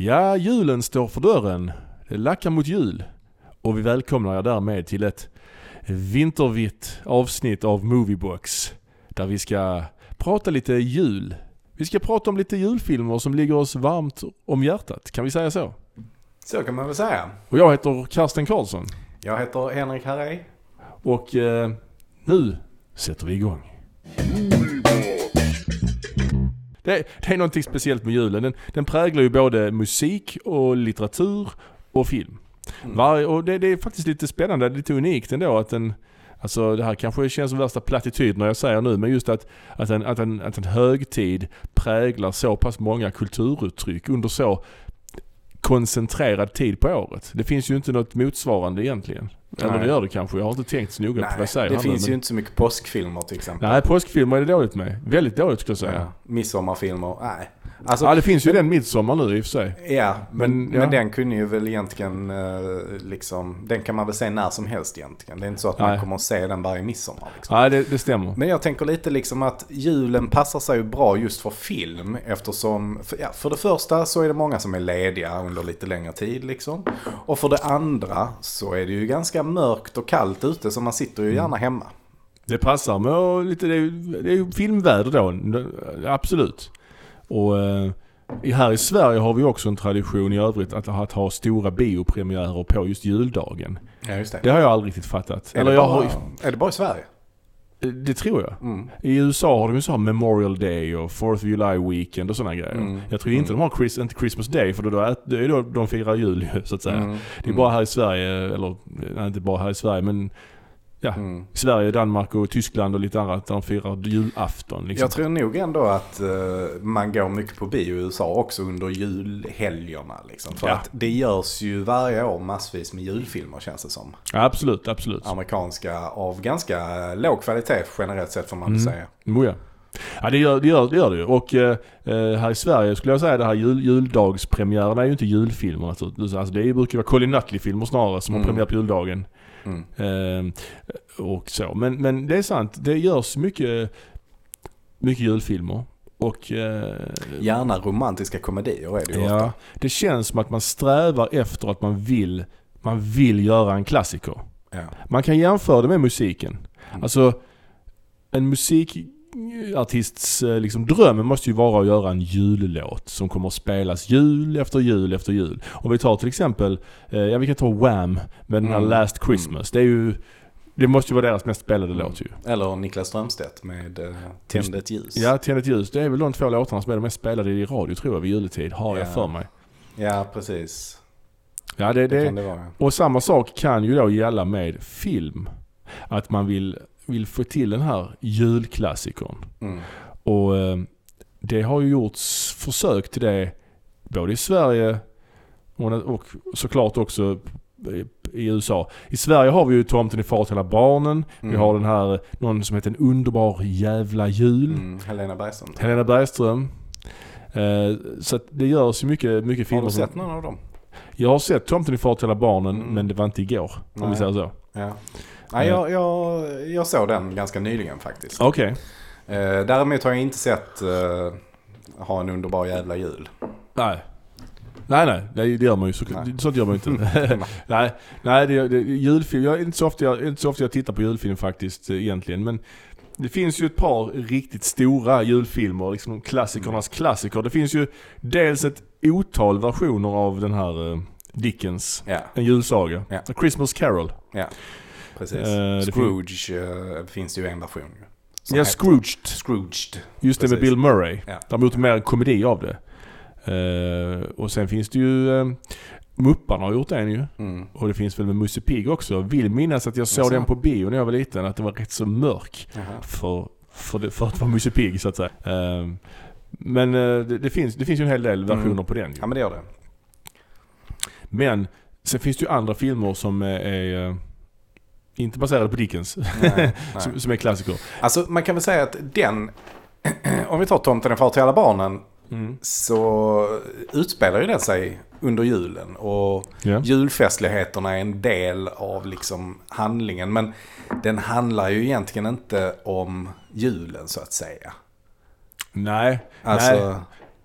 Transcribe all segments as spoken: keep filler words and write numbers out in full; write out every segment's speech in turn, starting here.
Ja, julen står för dörren. Det lackar mot jul. Och vi välkomnar er därmed till ett vintervitt avsnitt av Moviebox. Där vi ska prata lite jul. Vi ska prata om lite julfilmer som ligger oss varmt om hjärtat. Kan vi säga så? Så kan man väl säga. Och jag heter Karsten Karlsson. Jag heter Henrik Harrey. Och eh, nu sätter vi igång. Det, det är någonting speciellt med julen. Den, den präglar ju både musik och litteratur och film. Mm. Var, och det, det är faktiskt lite spännande, lite unikt ändå att den, alltså det här kanske känns som värsta plattityd när jag säger nu, men just att, att, en, att, en, att en högtid präglar så pass många kulturuttryck under så koncentrerad tid på året. Det finns ju inte något motsvarande egentligen. Eller Nej. Det gör det kanske. Jag har inte tänkt så noga Nej, på vad jag säger. Det finns men... ju inte så mycket påskfilmer till exempel. Nej, påskfilmer är det dåligt med. Väldigt dåligt skulle jag säga. Ja. Midsommarfilmer, nej. Alltså, ja, det finns ju den midsommar nu i och för sig. Ja, men, men, ja. men den kunde ju väl egentligen eh, liksom, den kan man väl se när som helst egentligen. Det är inte så att Nej. man kommer att se den varje midsommar. Liksom. Nej, det, det stämmer. Men jag tänker lite liksom att julen passar sig ju bra just för film. Eftersom, för, ja, för det första så är det många som är lediga under lite längre tid liksom. Och för det andra så är det ju ganska mörkt och kallt ute, så man sitter ju gärna hemma. Det passar med lite, det är, det är ju filmväder då, absolut. Och eh, här i Sverige har vi också en tradition i övrigt att, att ha stora biopremiärer på just juldagen. Ja, just det. Det har jag aldrig riktigt fattat. Är, Eller det, jag bara, har, är det bara i Sverige? Det tror jag. Mm. I U S A har de ju så här Memorial Day och fourth of July weekend och sådana grejer. Mm. Jag tror inte mm. de har Chris, inte Christmas Day, för då, då, är, det är då de firar jul så att säga. Mm. Det är bara här i Sverige, eller nej, inte bara här i Sverige, men ja, mm. Sverige, Danmark och Tyskland och lite annat där de firar julafton. Liksom. Jag tror nog ändå att uh, man går mycket på bio i U S A också under julhelgerna. Liksom, för ja. att det görs ju varje år massvis med julfilmer, känns det som. Ja, absolut, absolut. Amerikanska av ganska låg kvalitet generellt sett, får man mm. säga. Mm, ja. Ja, det gör det, gör, det, gör det ju. Och eh, här i Sverige skulle jag säga det här jul, juldagspremiärerna är ju inte julfilmer. Alltså, alltså det brukar vara Colin Nutley-filmer snarare som mm. har premiär på juldagen. Mm. Eh, och så. Men, men det är sant, det görs mycket, mycket julfilmer. Och, eh, gärna romantiska komedier är det ju ja, ofta. Det känns som att man strävar efter att man vill, man vill göra en klassiker. Ja. Man kan jämföra det med musiken. Mm. Alltså en musik artists liksom, drömmen måste ju vara att göra en jullåt som kommer att spelas jul efter jul efter jul. Om vi tar till exempel eh, ja, vi kan ta Wham med den här mm. Last Christmas. Det är ju, det måste ju vara deras mest spelade mm. låt ju. Eller Niklas Strömstedt med uh, Tänd ett ljus. Ja, Tänd ett ljus. Det är väl de två låtarna som är de mest spelade i radio, tror jag, vid juletid, har ja. jag för mig. Ja, precis. Ja, det, det, det kan det vara. Och samma sak kan ju då gälla med film. Att man vill vill få till den här julklassikern. Mm. Och eh, det har ju gjorts försök till det både i Sverige och, och såklart också i U S A. I Sverige har vi ju Tomten är far till alla barnen. Mm. Vi har den här, någon som heter En underbar jävla jul. Mm. Helena Bergström. Helena Bergström. Eh, så att det görs ju mycket, mycket filmer. Har du sett som, någon av dem? Jag har sett Tomten är far till alla barnen, mm. men det var inte igår. Om Nej. vi säger så. Ja. Nej, jag, jag, jag såg den ganska nyligen faktiskt. Okej. Okay. Eh, däremot har jag inte sett eh, Ha en underbar jävla jul. Nej. Nej, nej. Det gör man ju. Så, sånt gör man ju inte. nej, nej det, det, julfilm. Jag är inte så ofta jag, inte så ofta jag tittar på julfilm faktiskt egentligen. Men det finns ju ett par riktigt stora julfilmer. Liksom klassikernas klassiker. Det finns ju dels ett otal versioner av den här uh, Dickens. Ja. En julsaga. Ja. A Christmas Carol. Ja. Precis. Uh, Scrooge fin- uh, finns det ju en version. Ja, Scrooged. Scrooged. Just det, med Bill Murray. Ja. De har gjort mer en komedi av det. Uh, och sen finns det ju uh, Mupparna har gjort en ju. Mm. Och det finns väl med Musse Pigg också. Jag vill minnas att jag såg den på bio när jag var liten. Att det var rätt så mörk för, för, det, för att vara Musse Pigg så att säga. Uh, men uh, det, det, finns, det finns ju en hel del versioner mm. på den ju. Ja, men det gör det. Men sen finns det ju andra filmer som är, är inte baserade på Dickens. Nej, nej. som, som är klassiker. Alltså man kan väl säga att den, om vi tar Tomten är far till alla barnen, mm. så utspelar ju den sig under julen. Och yeah. julfestligheterna är en del av liksom handlingen. Men den handlar ju egentligen inte om julen så att säga. Nej, alltså, nej.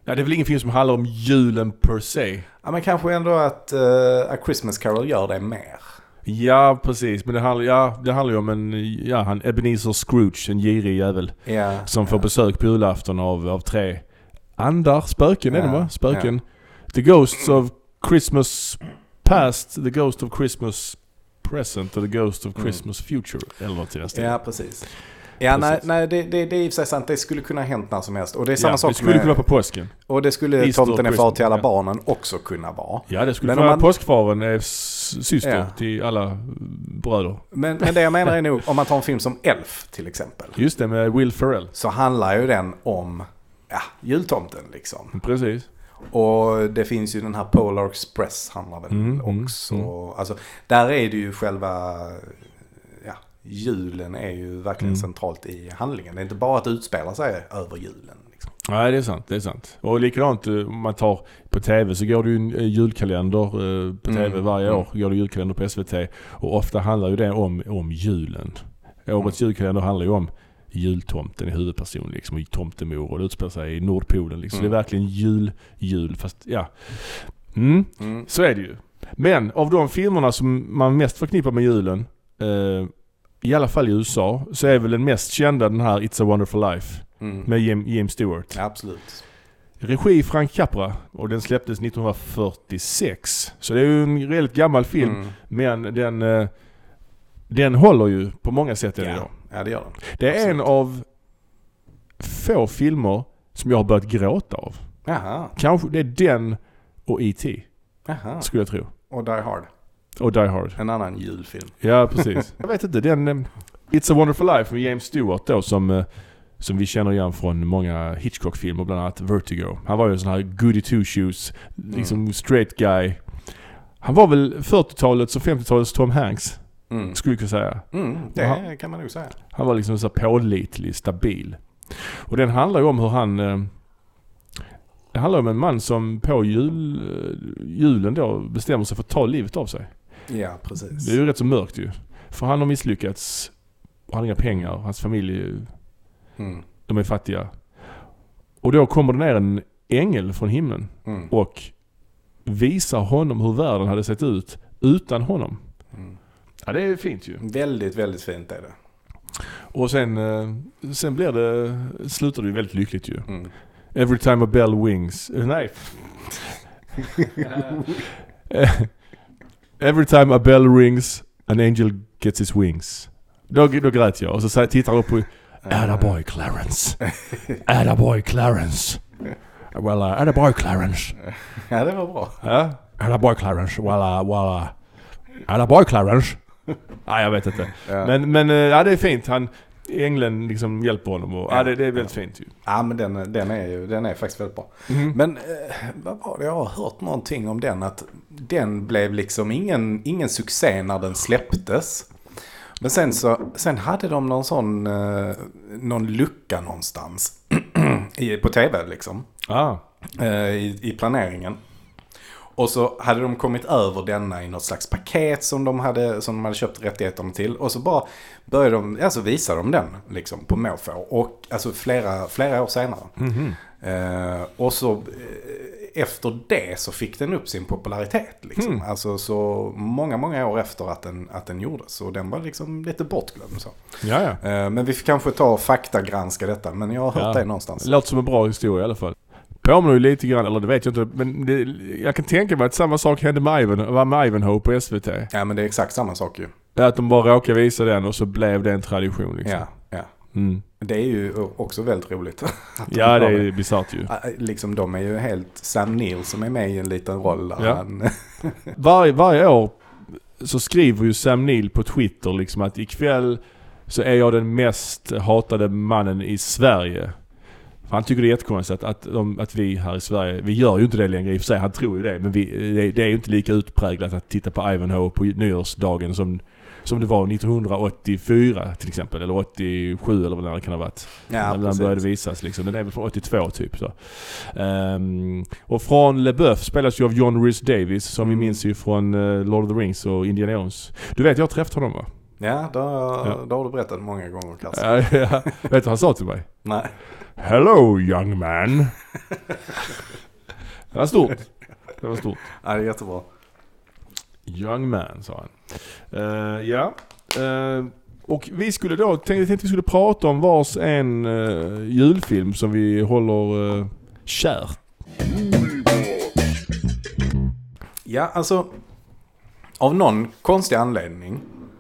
Ja, det är väl ingen film som handlar om julen per se. Ja, men kanske ändå att uh, A Christmas Carol gör det mer. Ja, precis. Men det handlar, ja, det handlar ju om en, ja, han Ebenezer Scrooge, en girig jävel. Ja, som får ja. besök på julafton av, av tre andar, spöken ja, är det va? Spöken. Ja. The Ghosts of Christmas Past, The Ghost of Christmas Present och The Ghost of Christmas mm. Future. Eller något till nästa. Ja, precis. Ja, precis. nej, nej det, det, det är i och för sig sant. Det skulle kunna ha hänt när som helst. Och det är samma ja, sak det skulle med, kunna vara på påsken. Och det skulle Easter Tomten är far till alla ja. barnen också kunna vara. Ja, det skulle men kunna vara man... påskfaren är syster ja. till alla bröder. Men, men det jag menar är nog, om man tar en film som Elf till exempel. Just det, med Will Ferrell. Så handlar ju den om ja, jultomten liksom. Precis. Och det finns ju den här Polar Express handlar väl mm, också. Mm, mm. Alltså, där är det ju själva... Ja, julen är ju verkligen mm. centralt i handlingen. Det är inte bara att utspela sig över julen. Liksom. Nej, det är sant. Det är sant. Och likadant om man tar på tv så går det ju en julkalender på tv mm. varje år. Går det julkalender på S V T. Och ofta handlar ju det om, om julen. Årets mm. julkalender handlar ju om jultomten i huvudperson liksom, och tomtemor och det utspelar sig i Nordpolen liksom. Mm. Det är verkligen jul, jul fast ja. Mm. Mm. Så är det ju. Men av de filmerna som man mest förknippar med julen eh, i alla fall i U S A så är väl den mest kända den här It's a Wonderful Life mm. med James Stewart. Ja, absolut. Regi Frank Capra och den släpptes nittonhundrafyrtiosex. Så det är ju en väldigt gammal film mm. men den eh, den håller ju på många sätt än ja. idag. Ja, det gör den. Det är absolut. En av få filmer som jag har börjat gråta av. Aha. Kanske det är den och E T Aha. skulle jag tro. Och Die Hard. Och Die Hard. En annan julfilm. Ja, precis. Jag vet inte, den um, It's a Wonderful Life med James Stewart då som, uh, som vi känner igen från många Hitchcock-filmer, bland annat Vertigo. Han var ju en sån här goody two-shoes, liksom mm. straight guy. Han var väl fyrtiotalets och femtiotalets Tom Hanks, mm. skulle jag kunna säga. Mm, det han, kan man nog säga. Han var liksom så pålitlig, stabil. Och den handlar ju om hur han... Uh, det handlar om en man som på jul, julen då bestämmer sig för att ta livet av sig. Ja, precis. Det är ju rätt så mörkt ju. För han har misslyckats. Han har inga pengar. Hans familj, mm. de är fattiga. Och då kommer det ner en ängel från himlen mm. och visar honom hur världen hade sett ut utan honom. Mm. Ja, det är fint ju. Väldigt, väldigt fint är det. Och sen, sen blir det, slutar det ju väldigt lyckligt ju. Mm. Every time a bell wings. Uh, nej. Every time a bell rings, an angel gets his wings. Då, då grät jag. Och så tittar jag upp på Attaboy Clarence. Attaboy Clarence. Well, uh, Attaboy Clarence. Ja, det var bra. Ja, Attaboy Clarence. Well, uh, well, uh, Attaboy Clarence. Nej, jag vet inte. Ja. Men, men uh, ja, det är fint. Han... Ängeln liksom hjälper honom och, ja, ja, det, det är väldigt ja. fint ju. Ja, men den, den, är ju, den är faktiskt väldigt bra. Mm. Men eh, vad var det? Jag har hört någonting om den, att den blev liksom ingen, ingen succé när den släpptes. Men sen så sen hade de någon sån eh, någon lucka någonstans i, på tv liksom. Ah. Eh, i, i planeringen. Och så hade de kommit över denna i något slags paket som de hade, som de hade köpt rättigheterna till. Och så bara började de, alltså visade de den liksom på måfå. Och alltså flera, flera år senare. Mm-hmm. Eh, och så eh, efter det så fick den upp sin popularitet. Liksom. Mm. Alltså så många, många år efter att den, att den gjordes. Och den var liksom lite bortglömd. Så. Ja, ja. Eh, men vi får kanske ta och faktagranska detta. Men jag har hört ja. det någonstans. Det låter som en bra historia i alla fall. Påminner ju lite grann, eller det vet jag inte, men det, jag kan tänka mig att samma sak hände med, Ivan, med Ivanhoe på S V T. Ja, men det är exakt samma sak ju. Att de bara råkade visa den och så blev det en tradition liksom. Ja, ja. Mm. Det är ju också väldigt roligt. Ja, det är bizarrt ju. Liksom de är ju helt Sam Neill som är med i en liten roll där. Ja. Han... Var, varje år så skriver ju Sam Neill på Twitter liksom att ikväll så är jag den mest hatade mannen i Sverige. Han tycker det är jättekonstigt att, att, att vi här i Sverige, vi gör ju inte det längre i och för sig, han tror ju det, men vi, det, det är ju inte lika utpräglat att titta på Ivanhoe på nyårsdagen som, som det var nittonhundraåttiofyra till exempel, eller åttiosju eller vad det kan ha varit. Ja, när den började visas liksom. Den är väl från åttiotvå typ så. Um, och från LeBeouf spelas ju av John Rhys Davies som mm. vi minns ju från uh, Lord of the Rings och Indiana Jones. Du vet, jag har träffat honom va? Ja, då, ja. då har du berättat många gånger, Kasse. Ja, ja. Vet du vad han sa till mig? Nej. Hello, young man. Det var stort. Det var stort. Ja, det är jättebra. Young man, sa han. Uh, ja. Uh, och vi skulle då, tänkte att vi skulle prata om vars en uh, julfilm som vi håller uh, kär. Ja, alltså av någon konstig anledning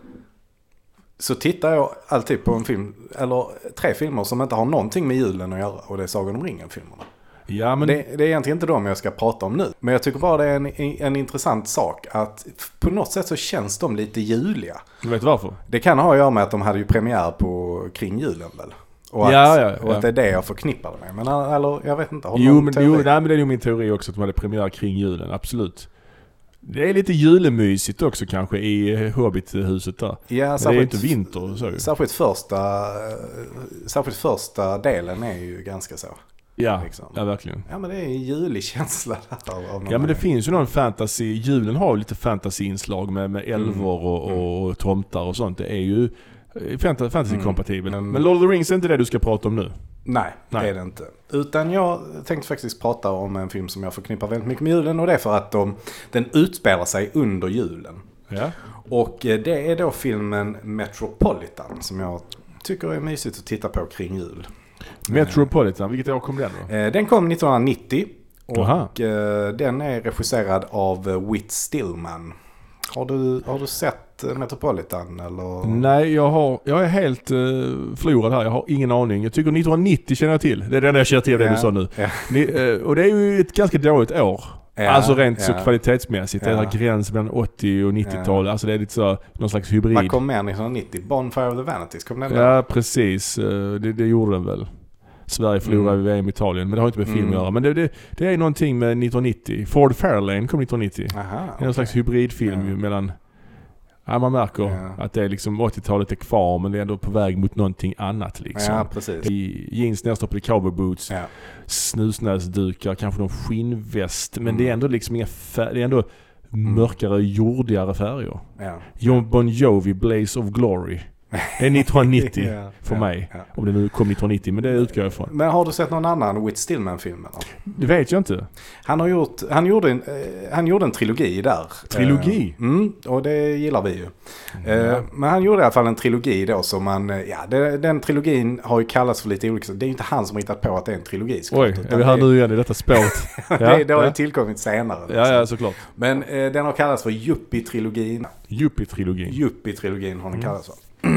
så tittar jag alltid på en film, eller tre filmer som inte har någonting med julen att göra, och det är Sagan om ringen-filmerna. Ja, men... det, det är egentligen inte de jag ska prata om nu. Men jag tycker bara det är en, en intressant sak att på något sätt så känns de lite juliga. Du vet varför? Det kan ha att göra med att de hade ju premiär på kring julen väl. Och att, ja, ja, ja. och att det är det jag förknippar det med. Men eller, jag vet inte. Har jo, men, jo nej, men det är ju min teori också att de hade premiär kring julen, absolut. Det är lite julemysigt också kanske i Hobbit-huset där. Ja, det är ju inte vinter så. Särskilt första, särskilt första delen är ju ganska så. Ja, liksom. Ja, verkligen. Ja, men det är en julig känsla där av, av ja, men det finns ju någon fantasy. Julen har ju lite fantasy-inslag med, med älvor och, och, och tomtar och sånt. Det är ju fantasy-kompatibelt. Mm. Men Lord of the Rings är inte det du ska prata om nu. Nej, Nej, det är det inte. Utan jag tänkte faktiskt prata om en film som jag förknippar väldigt mycket med julen. Och det är för att de, den utspelar sig under julen. Ja. Och det är då filmen Metropolitan som jag tycker är mysigt att titta på kring jul. Metropolitan, vilket år kom den då? Den kom nittonhundranittio och Aha. den är regisserad av Whit Stillman. Har du, har du sett Metropolitan eller? Nej, jag, har, jag är helt uh, förlorad här. Jag har ingen aning. Jag tycker nittonhundranittio känner jag till. Det är det enda jag känner till av det ja. du sa nu. Ja. Ni, uh, och det är ju ett ganska dåligt år. Ja, alltså rent ja. så kvalitetsmässigt. Ja. Det är gräns mellan åttio och nittio-tal. Ja. Alltså det är lite så någon slags hybrid. Vad kom med nittonhundranittio? Bonfire of the Vanities kom den där? Ja, precis. Det, det gjorde den väl. Sverige förlorade mm. V M i Italien. Men det har inte med film mm. att göra. Men det, det, det är någonting med nittonhundranittio. Ford Fairlane kom nittonhundranittio. Aha, okay. Det är någon slags hybridfilm ja. mellan... Ja, man märker ja. att det är liksom åttio-talet är kvar, men det är ändå på väg mot någonting annat liksom. Ja, precis. I jeans, nedstoppade cowboyboots, ja. snusnäsdukar, kanske någon skinnväst, men mm. det är ändå liksom inga fär- det är ändå mm. mörkare, jordigare färger. Ja. John Bon Jovi, Blaze of Glory. Det är nittonhundranittio ja, för ja, mig. Ja. Om det nu kom nittonhundranittio, men det utgår jag ifrån. Men har du sett någon annan Whit Stillman-film? Det vet jag inte. Han har gjort, han gjorde en, han gjorde en trilogi där. Trilogi? Mm, och det gillar vi ju. Mm. Men han gjorde i alla fall en trilogi då som man, ja, det, den trilogin har ju kallats för lite olika. Det är ju inte han som hittat på att det är en trilogi. Oj, är vi här nu igen i detta spåret? ja, det, det har ja. ju tillkommit senare. Liksom. Ja, ja, såklart. Men eh, den har kallats för Yuppie-trilogin. Yuppie-trilogin? Yuppie-trilogin har den mm. kallats för.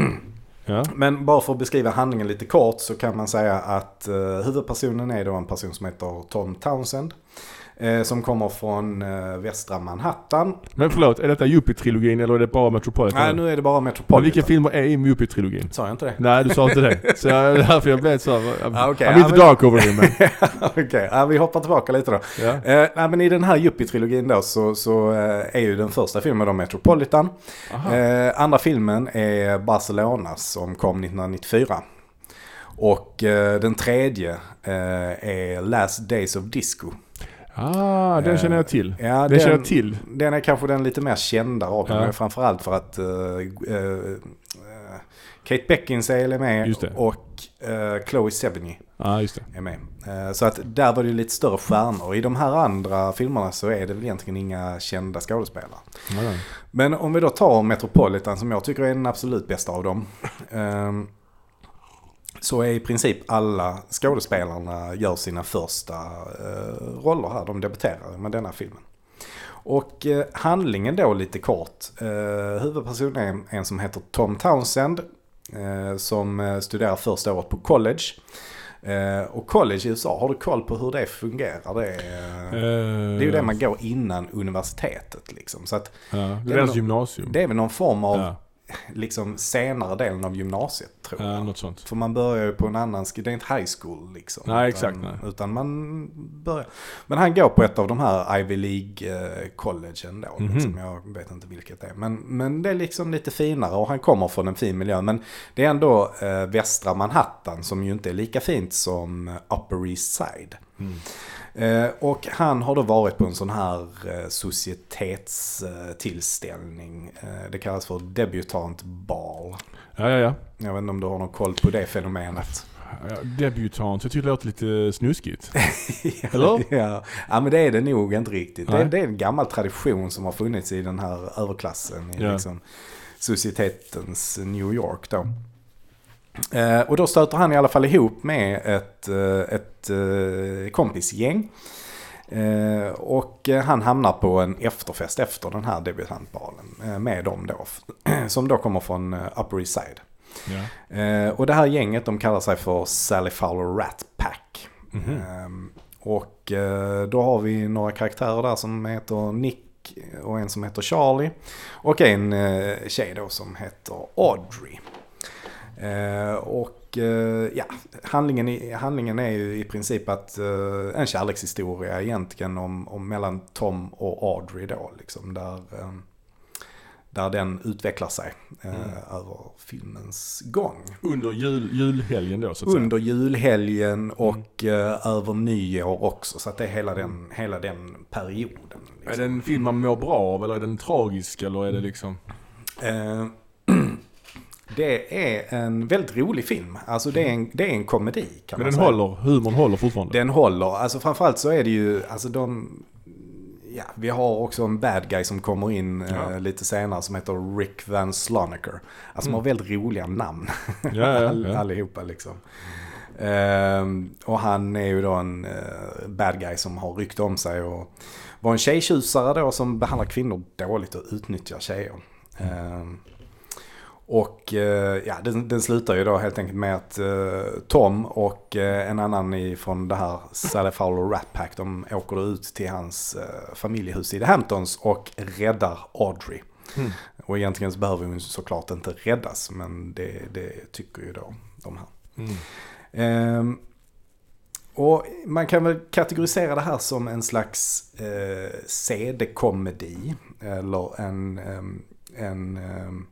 Ja. Men bara för att beskriva handlingen lite kort så kan man säga att uh, huvudpersonen är då en person som heter Tom Townsend. Eh, som kommer från eh, västra Manhattan. Men förlåt, är detta Yuppie-trilogin eller är det bara Metropolitan? Nej, nu är det bara Metropolitan. Men vilka filmer är i Yuppie-trilogin? Sa jag inte det? Nej, du sa inte det. Så jag, därför jag blev så här, ah, okay. I'm in the dark over here, men... Okej, okay. ah, vi hoppar tillbaka lite då. Ja. Eh, nej, men i den här Yuppie-trilogin då så, så eh, är ju den första filmen då Metropolitan. Eh, andra filmen är Barcelona som kom nittonhundranittiofyra. Och eh, den tredje eh, är Last Days of Disco. Ah, den känner jag till. Ja, den, den känner jag till. Den är kanske den lite mer kända av dem. Ja. Framförallt för att uh, uh, Kate Beckinsale är med och uh, Chloe Sevigny ah, just det. är med. Uh, så att där var det lite större stjärnor. I de här andra filmerna så är det väl egentligen inga kända skådespelare. Mm. Men om vi då tar Metropolitan som jag tycker är den absolut bästa av dem. Um, så är i princip alla skådespelarna gör sina första eh, roller här. De debuterar med denna filmen. Och eh, handlingen då lite kort. Eh, huvudpersonen är en, en som heter Tom Townsend. Eh, som studerar första året på college. Eh, och college i U S A, har du koll på hur det fungerar? Det är, uh, det är ju det man går innan universitetet. Liksom. Så att ja, det, är det, är någon, gymnasium. Det är väl någon form av... Ja. liksom senare delen av gymnasiet tror jag. Ja, något sånt. För man börjar ju på en annan, det är inte high school liksom. Nej, utan, exakt. Nej. Utan man börjar. Men han går på ett av de här Ivy League eh, collegen då. Mm-hmm. Liksom, jag vet inte vilket det är. Men, men det är liksom lite finare och han kommer från en fin miljö. Men det är ändå eh, västra Manhattan som ju inte är lika fint som Upper East Side. Mm. Eh, och han har då varit på en sån här eh, societetstillställning. Eh, det kallas för debutantbal. Ja, ja, ja. Jag vet inte om du har någon koll på det fenomenet. Ja, debutant, jag tycker det låter lite snuskigt. Eller? ja. ja, men det är det nog inte riktigt. Det, det är en gammal tradition som har funnits i den här överklassen. I ja. liksom societetens New York då. Eh, och då stöter han i alla fall ihop med ett, ett, ett kompisgäng. Eh, och han hamnar på en efterfest efter den här debutantbalen eh, med dem då. Som då kommer från Upper East Side. Ja. Eh, och det här gänget, de kallar sig för Sally Fowler Rat Pack. Mm-hmm. Eh, och eh, då har vi några karaktärer där som heter Nick och en som heter Charlie. Och en eh, tjej då som heter Audrey. Eh, och eh, ja, handlingen, i, handlingen är ju i princip att eh, en kärlekshistoria egentligen om, om mellan Tom och Audrey då liksom där, eh, där den utvecklar sig eh, mm. över filmens gång. Under jul, julhelgen då så att Under säga. julhelgen och mm. eh, över nyår också, så att det är hela den, hela den perioden. Liksom. Är det en film man mår bra av eller är den tragisk eller är det liksom... Eh, Det är en väldigt rolig film. Alltså det är en, det är en komedi kan Men man den säga. håller, humorn håller fortfarande? Den håller. Alltså framförallt så är det ju, alltså de, ja, vi har också en bad guy som kommer in ja. eh, lite senare som heter Rick Van Slonaker. Alltså mm. de har väldigt roliga namn. Ja, ja, ja. All, allihopa liksom. Um, och han är ju då en uh, bad guy som har ryckt om sig och var en tjejtjusare då som behandlar kvinnor dåligt och utnyttjar tjejer. Mm. Um, Och ja, den, den slutar ju då helt enkelt med att uh, Tom och uh, en annan i, från det här Sally Fowler Rat Pack, de åker då ut till hans uh, familjehus i The Hamptons och räddar Audrey. Mm. Och egentligen så behöver hon såklart inte räddas, men det, det tycker ju då de här. Mm. Um, och man kan väl kategorisera det här som en slags uh, C D-komedi eller en... Um, en um,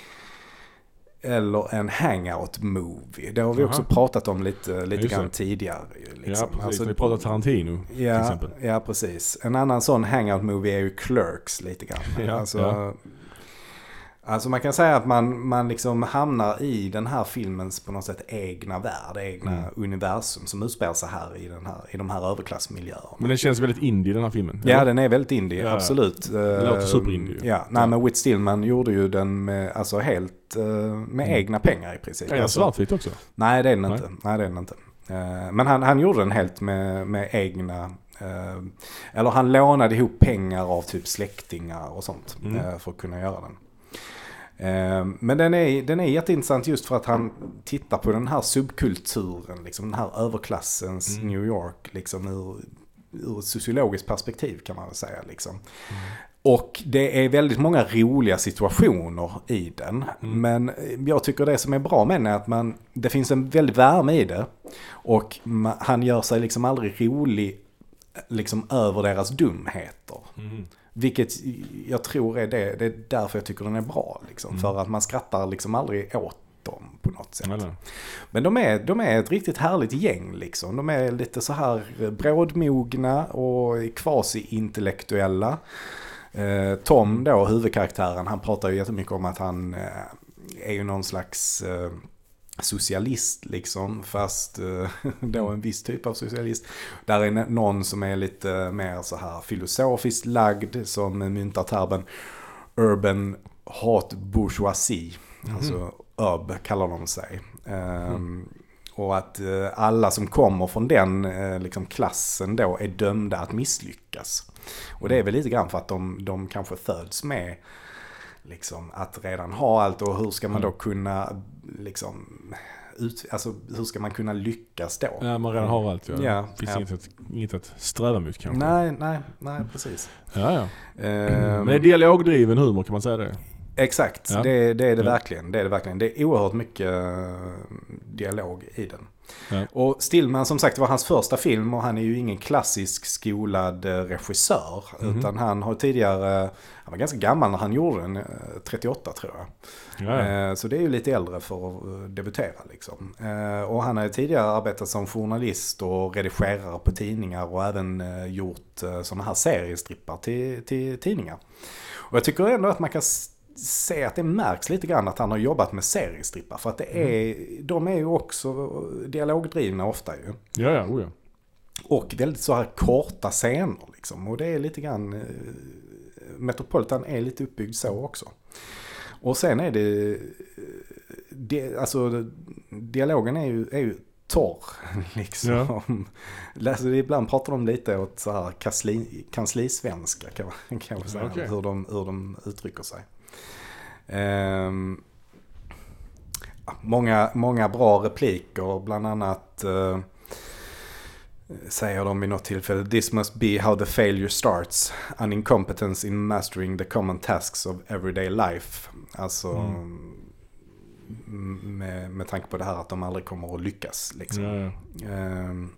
eller en hangout-movie. Det har vi Aha. också pratat om lite, lite grann tidigare. Liksom. Ja, precis. Alltså, vi pratat Tarantino ja, till exempel. Ja, precis. En annan sån hangout-movie är ju Clerks lite grann. Ja, alltså, ja. alltså man kan säga att man, man liksom hamnar i den här filmens på något sätt egna värld, egna mm. universum som utspelar sig här i, den här i de här överklassmiljöerna. Men den känns väldigt indie den här filmen. Ja, eller? Den är väldigt indie, ja, absolut. Det låter superindie. Ja, nej, ja. men Whit Stillman gjorde ju den med, alltså helt med mm. egna pengar i princip. Är den alltså, svartvit också? Nej, det är den inte. Nej, det är den inte. Men han, han gjorde den helt med, med egna... Eller han lånade ihop pengar av typ släktingar och sånt mm. för att kunna göra den. Men den är, den är jätteintressant just för att han tittar på den här subkulturen, liksom den här överklassens mm. New York, liksom ur, ur ett sociologiskt perspektiv kan man väl säga. Liksom. Mm. Och det är väldigt många roliga situationer i den. Mm. Men jag tycker det som är bra med den är att man, det finns en väldigt värme i det. Och man, han gör sig liksom aldrig rolig liksom över deras dumheter. Mm. Vilket jag tror är det, det är därför jag tycker den är bra. Liksom, mm. För att man skrattar liksom aldrig åt dem på något sätt. Eller. Men de är, de är ett riktigt härligt gäng. Liksom. De är lite så här brådmogna och quasi-intellektuella. Eh, Tom då, huvudkaraktären, han pratar ju jättemycket om att han eh, är ju någon slags eh, socialist liksom, fast eh, då en viss typ av socialist. Där är någon som är lite mer så här filosofiskt lagd som myntar termen urban hot bourgeoisie. Mm-hmm. Alltså U B kallar de sig. Eh, mm. Och att eh, alla som kommer från den eh, liksom klassen då är dömda att misslyckas. Och det är väl lite grann för att de, de kanske föds med liksom, att redan ha allt. Och hur ska man då kunna liksom, ut, alltså, hur ska man kunna lyckas då? Ja, man redan har allt. Ja. Ja, finns ja. Inget, att, inget att sträva mot kanske. Nej, nej, nej, precis. Ja, ja. Um, Men det är dialogdriven humor, kan man säga det? Exakt, ja. det, det är det ja. verkligen. Det är det verkligen. Det är oerhört mycket dialog i den. Ja. Och Stillman som sagt var hans första film och han är ju ingen klassisk skolad regissör. Mm-hmm. Utan han har tidigare, han var ganska gammal när han gjorde den, trettioåtta tror jag. Ja. Så det är ju lite äldre för att debutera liksom. Och han har tidigare arbetat som journalist och redigerare på tidningar och även gjort sådana här seriestrippar till, till tidningar. Och jag tycker ändå att man kan se att det märks lite grann att han har jobbat med seriestrippar. För att det är, mm. de är ju också dialogdrivna ofta ju. Ja, ja, oh ja. Och väldigt så här korta scener liksom. Och det är lite grann, Metropolitan är lite uppbyggd så också. Och sen är det, det alltså dialogen är ju, är ju torr liksom. Ja. Läser, ibland pratar de lite åt så här kansli, kanslisvenska kan man, kan man säga, okay. hur, de, hur de uttrycker sig. Um, många, många bra repliker, bland annat uh, säger de vid något tillfälle: "This must be how the failure starts, an incompetence in mastering the common tasks of everyday life." Alltså mm. med, med tanke på det här att de aldrig kommer att lyckas liksom. Ja, ja. Um,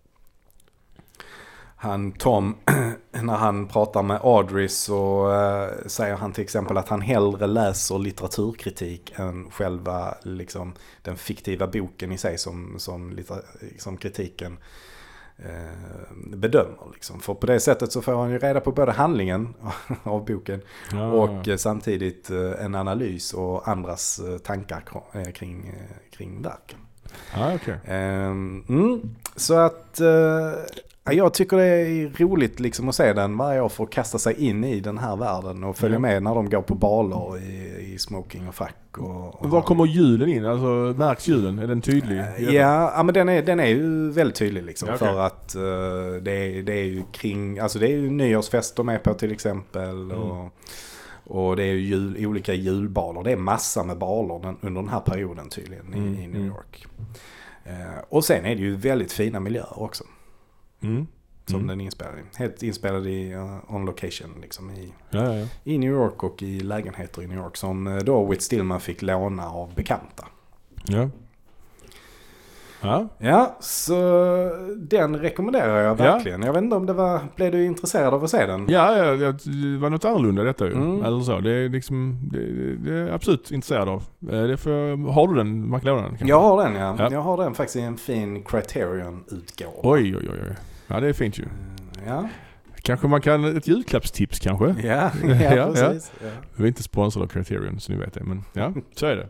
han Tom, när han pratar med Audrey så uh, säger han till exempel att han hellre läser litteraturkritik än själva liksom, den fiktiva boken i sig som, som, litter- som kritiken uh, bedömer. Liksom. För på det sättet så får han ju reda på både handlingen av boken ja, och uh, samtidigt uh, en analys och andras uh, tankar k- kring, uh, kring verken. Ah, okay. um, mm, så att... Uh, Jag tycker det är roligt liksom att se den varje år för att kasta sig in i den här världen och följa med när de går på baler i, i smoking och fack. Och, och var kommer julen in? Alltså märks julen? Är den tydlig? Ja, ja men den är, den är ju väldigt tydlig liksom. Ja, okay. För att uh, det, är, det är ju kring, alltså det är ju nyårsfest de är på till exempel mm. och, och det är ju jul, olika julbaler. Det är massa med baler den, under den här perioden tydligen i, mm. i New York. Uh, och sen är det ju väldigt fina miljöer också. Mm. Som mm. den inspelade i. Helt inspelad i uh, on location liksom i, ja, ja, ja. i New York och i lägenheter i New York som uh, då Whit Stillman fick låna av bekanta. Ja. Ja. Ja, så den rekommenderar jag verkligen. Ja. Jag vet inte om det var, blev du intresserad av att se den? Ja, ja, ja det var något annorlunda detta ju. Mm. Eller så. Det är liksom, det, det är absolut intresserad av. Det för, har du den, McLaren? Jag har den, ja. ja. Jag har den faktiskt i en fin Criterion-utgåva. Oj, oj, oj. Ja, det är fint ju. Ja. Kanske man kan, ett julklappstips kanske? Ja, ja, ja precis. Ja. Vi är inte sponsrade av Criterion så ni vet det, men ja, så är det.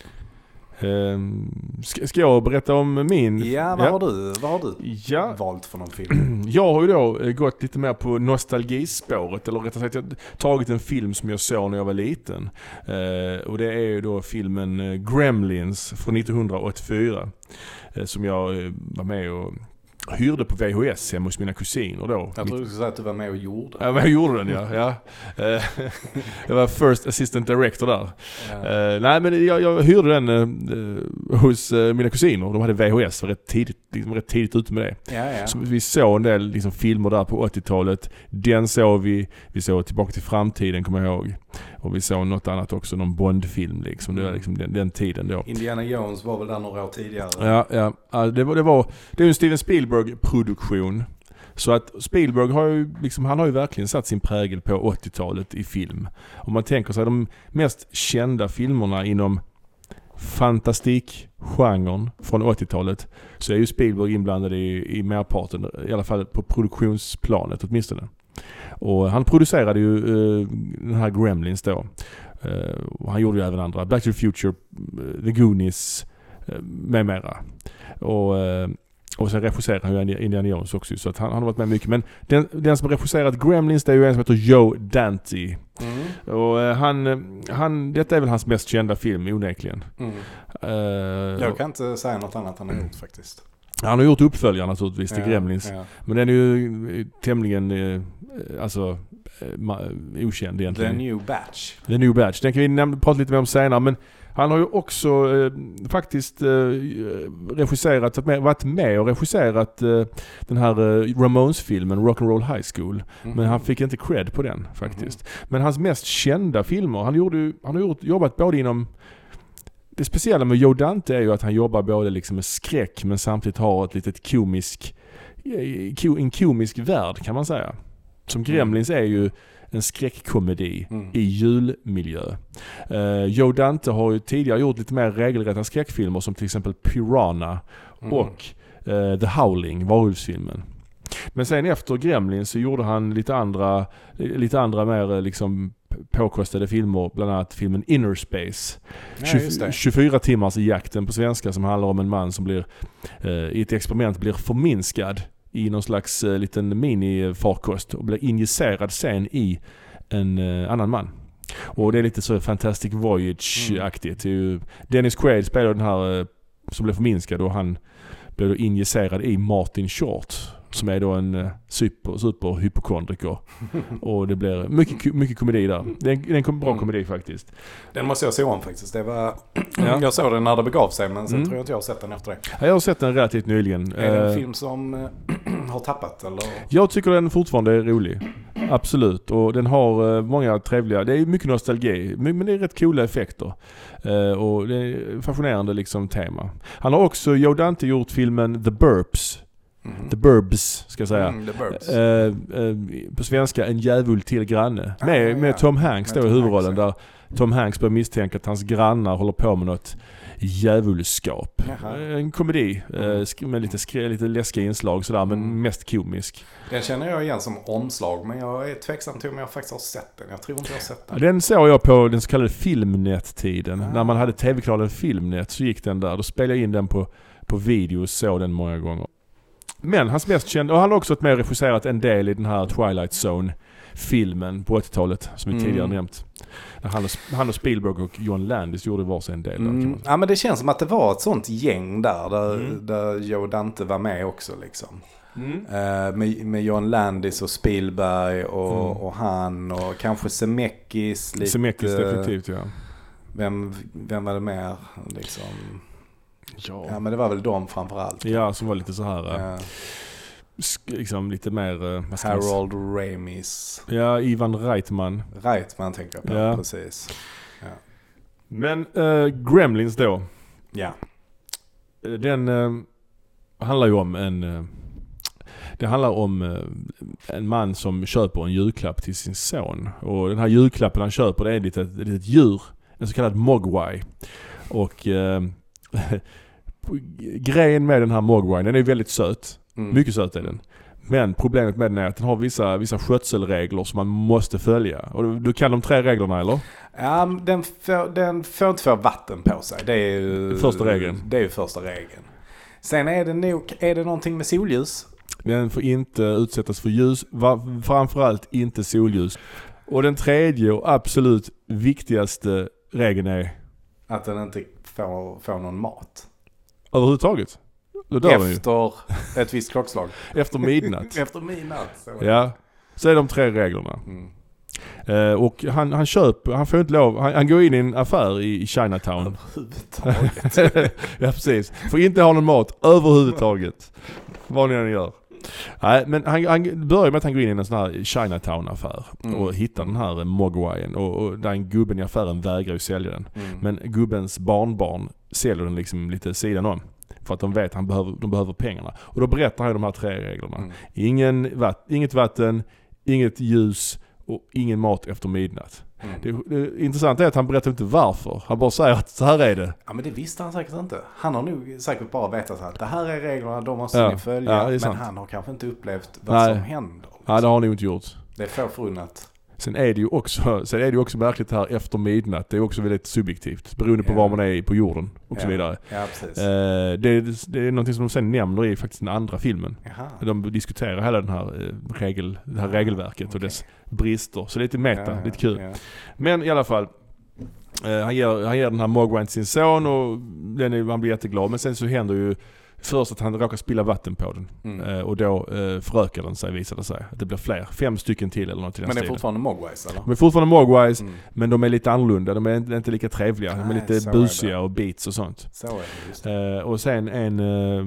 Ska, ska jag berätta om min? Ja, vad ja. har du, vad har du ja. valt för någon film? Jag har ju då gått lite mer på nostalgispåret, eller rättare sagt jag har tagit en film som jag såg när jag var liten. Uh, och det är ju då filmen Gremlins från nittonhundraåttiofyra uh, som jag uh, var med och hyrde på V H S hemma hos mina kusiner då. Jag tror du skulle säga att du var med och gjorde. Ja, men jag gjorde den, ja. ja. Jag var first assistant director där. Ja. Uh, nej, men jag, jag hyrde den uh, hos uh, mina kusiner. De hade V H S, var rätt tidigt, liksom, rätt tidigt ute med det. Ja, ja. Så vi såg en del liksom, filmer där på åttiotalet. Den såg vi, vi såg Tillbaka till framtiden, kommer jag ihåg. Och vi såg något annat också, någon Bond-film liksom. Det var liksom den, den tiden då. Indiana Jones var väl där några år tidigare. Ja, ja. ja det var, det var, det är ju en Steven Spielberg-produktion. Så att Spielberg har ju liksom, han har ju verkligen satt sin prägel på åttiotalet i film. Om man tänker sig de mest kända filmerna inom fantastikgenren från åttiotalet så är ju Spielberg inblandad i, i merparten, i alla fall på produktionsplanet åtminstone. Och han producerade ju uh, den här Gremlins då. Uh, och han gjorde ju även andra. Back to the Future, uh, The Goonies, uh, med mera. Och, uh, och sen regisserar han ju Indiana Jones också. Så att han, han har varit med mycket. Men den, den som har regisserat Gremlins det är ju en som heter Joe Dante. Mm. Och uh, han, han, detta är väl hans mest kända film onekligen. Mm. Uh, Jag kan inte säga något annat han har gjort faktiskt. Han har gjort uppföljare naturligtvis till ja, Gremlins. Ja. Men den är ju tämligen eh, alltså eh, okänd egentligen. The New Batch. The New Batch. Den kan vi nämna, prata lite mer om senare. Men han har ju också eh, faktiskt eh, regisserat, varit med och regisserat eh, den här eh, Ramones-filmen Rock'n'Roll High School. Mm. Men han fick inte cred på den faktiskt. Mm. Men hans mest kända filmer, han, gjorde, han har gjort, jobbat både inom det speciella med Joe Dante är ju att han jobbar både liksom med skräck men samtidigt har ett litet komisk en komisk värld kan man säga. Som Gremlins är ju en skräckkomedi mm. i julmiljö. Uh, Joe Dante har ju tidigare gjort lite mer regelrätta skräckfilmer som till exempel Piranha mm. och uh, The Howling, varulvsfilmen. Men sen efter Gremlins så gjorde han lite andra lite andra mer liksom påkostade filmer, bland annat filmen Inner Space. Ja, tjugofyra timmars i jakten på svenska, som handlar om en man som blir uh, i ett experiment blir förminskad i någon slags uh, liten mini-farkost och blir injicerad sen i en uh, annan man. Och det är lite så Fantastic Voyage-aktigt. Mm. Dennis Quaid spelar den här uh, som blev förminskad och han blev då injicerad i Martin Short som är då en uh, super, superhypokondriker. Och det blir mycket, mycket komedi där. Det är en, det är en bra mm. komedi faktiskt. Den måste jag se om faktiskt. Det var, ja. Jag såg den när det begav sig, men sen mm. tror jag inte jag har sett den efter det. Ja, jag har sett den relativt nyligen. Är det en uh, film som uh, har tappat? Eller? Jag tycker den fortfarande är rolig. Absolut. Och den har uh, många trevliga... Det är mycket nostalgi, men det är rätt coola effekter. Uh, och det är fascinerande liksom tema. Han har också, Joe Dante, gjort filmen The Burps. Mm. The Burbs ska jag säga. Mm, the Burbs. Uh, uh, på svenska En djävul till granne. Ah, med, ja, med Tom Hanks då i huvudrollen, där Tom Hanks börjar misstänka att hans grannar håller på med något djävulskap. Jaha. En komedi mm. uh, med lite, skri- lite läskiga inslag sådär, mm. men mest komisk. Den känner jag igen som omslag, men jag är tveksam till om jag faktiskt har sett den. Jag tror inte jag har sett den. Den såg jag på den så kallade Filmnet-tiden. Ah. När man hade tv-kanalen Filmnet så gick den där. Då spelade jag in den på, på video och såg den många gånger. Men hans mest kända, och han har också ett mer regisserat en del i den här Twilight Zone-filmen på åttiotalet som vi mm. tidigare nämnt. Han och, han och Spielberg och John Landis gjorde varsin en del. Mm. Där, kan man säga. Ja, men det känns som att det var ett sånt gäng där, där, mm. där Joe Dante var med också liksom. Mm. Uh, med, med John Landis och Spielberg och, mm. och han och kanske Zemeckis. Lite, Zemeckis definitivt, ja. Vem, vem var det mer liksom... Ja. ja, men det var väl de framförallt. Ja, som var lite så här ja. sk- liksom lite mer uh, Harold Ramis. Ja, Ivan Reitman. Reitman tänker jag på, ja. Precis. Ja. Men uh, Gremlins då. Ja. Den uh, handlar ju om en uh, det handlar om uh, en man som köper en julklapp till sin son. Och den här julklappen han köper, det är ett litet, ett litet djur, en så kallad mogwai. Och uh, grejen med den här mogwai, den är väldigt söt. Mm. Mycket söt är den. Men problemet med den är att den har vissa, vissa skötselregler som man måste följa. Och du, du kan de tre reglerna, eller? Ja, den får, den får inte få vatten på sig. Det är ju första regeln. Det är ju första regeln. Sen är det nog, är det någonting med solljus? Den får inte utsättas för ljus. Va, framförallt inte solljus. Och den tredje och absolut viktigaste regeln är att den inte får, får någon mat. Överhuvudtaget? Efter ett visst klockslag. Efter midnatt. Efter midnatt. Så ja, så är de tre reglerna. Mm. Uh, och han, han köper, han får inte lov, han, han går in i en affär i, i Chinatown. Överhuvudtaget. Ja, precis. Får inte ha någon mat överhuvudtaget. Vad ni än gör. Nej, men han, han börjar med att han går in i en sån här Chinatown-affär mm. och hittar den här mogwaien och, och där en gubben i affären vägrar ju sälja den. Mm. Men gubbens barnbarn säljer den liksom lite sidan om för att de vet att han behöver, de behöver pengarna. Och då berättar han de här tre reglerna. Mm. Ingen vatt, inget vatten, inget ljus och ingen mat efter midnatt. Mm. Det, det intressanta är att han berättar inte varför. Han bara säger att så här är det. Ja, men det visste han säkert inte. Han har nog säkert bara vetat att det här är reglerna, de måste ja. ni följa. Ja, men sant. Han har kanske inte upplevt vad Nej. som händer. Liksom. Ja, det har han nog inte gjort. Det är för förunnat. Sen är det ju också, sen är det ju också märkligt här efter midnatt. Det är också väldigt subjektivt. Beroende på ja. var man är på jorden och ja. så vidare. Ja, precis. Eh, det, är, det är någonting som de sen nämner i faktiskt den andra filmen. Jaha. De diskuterar hela den här, regel, det här regelverket okay. och dess brister. Så det är lite meta, ja, lite kul. Ja. Men i alla fall, eh, han, ger, han ger den här mogwaien till sin son och den är, han blir jätteglad. Men sen så händer ju först att han råkar spilla vatten på den. Mm. Eh, och då eh, förökar den sig, visar det sig. Att det blir fler. Fem stycken till eller något i den Men det är stilen. fortfarande mogwais, eller? De är fortfarande mogwais, mm. men de är lite annorlunda. De är inte, inte lika trevliga. De är Nej, lite busiga och beats och sånt. Så är det, just det. Eh, och sen en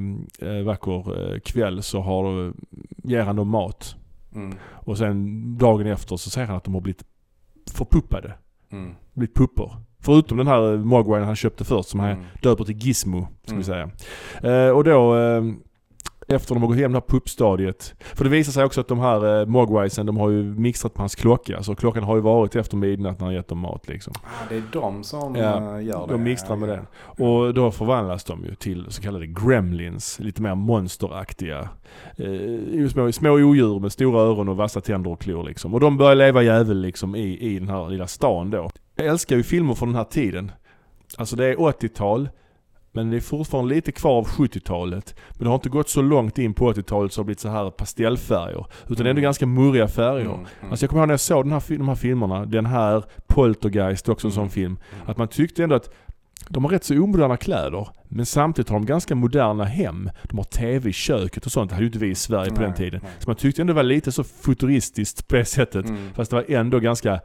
eh, vacker eh, kväll så har, ger han dem mat. Mm. Och sen dagen efter så säger han att de har blivit förpuppade. Mm. Blivit puppor. Förutom den här Mogwai han köpte först som mm. han döper till Gizmo, ska mm. vi säga. Eh, och då... Eh, efter de har gått hem det här puppstadiet. För det visar sig också att de här eh, Mogwaisen, de har ju mixat på hans klocka. Så klockan har ju varit efter midnatt när han gett dem mat liksom. Ah, det är de som ja, gör det. De mixtrar med ja, den. Och då förvandlas de ju till så kallade gremlins. Lite mer monsteraktiga. Eh, små, små odjur med stora öron och vassa tänder och klor liksom. Och de börjar leva jävel liksom i, i den här lilla stan då. Jag älskar ju filmer från den här tiden. Alltså det är åttiotal. Men det är fortfarande lite kvar av sjuttiotalet. Men det har inte gått så långt in på åttiotalet så har det blivit så här pastellfärger. Utan mm. det är ändå ganska murriga färger. Mm. Mm. Alltså jag kommer ihåg när jag såg den här, de här filmerna. Den här Poltergeist också en sån film. Att man tyckte ändå att de har rätt så omoderna kläder. Men samtidigt har de ganska moderna hem. De har tv i köket och sånt. Det hade ju inte vi i Sverige på nej, den tiden. Nej. Så man tyckte ändå det var lite så futuristiskt på det sättet. Mm. Fast det var ändå ganska...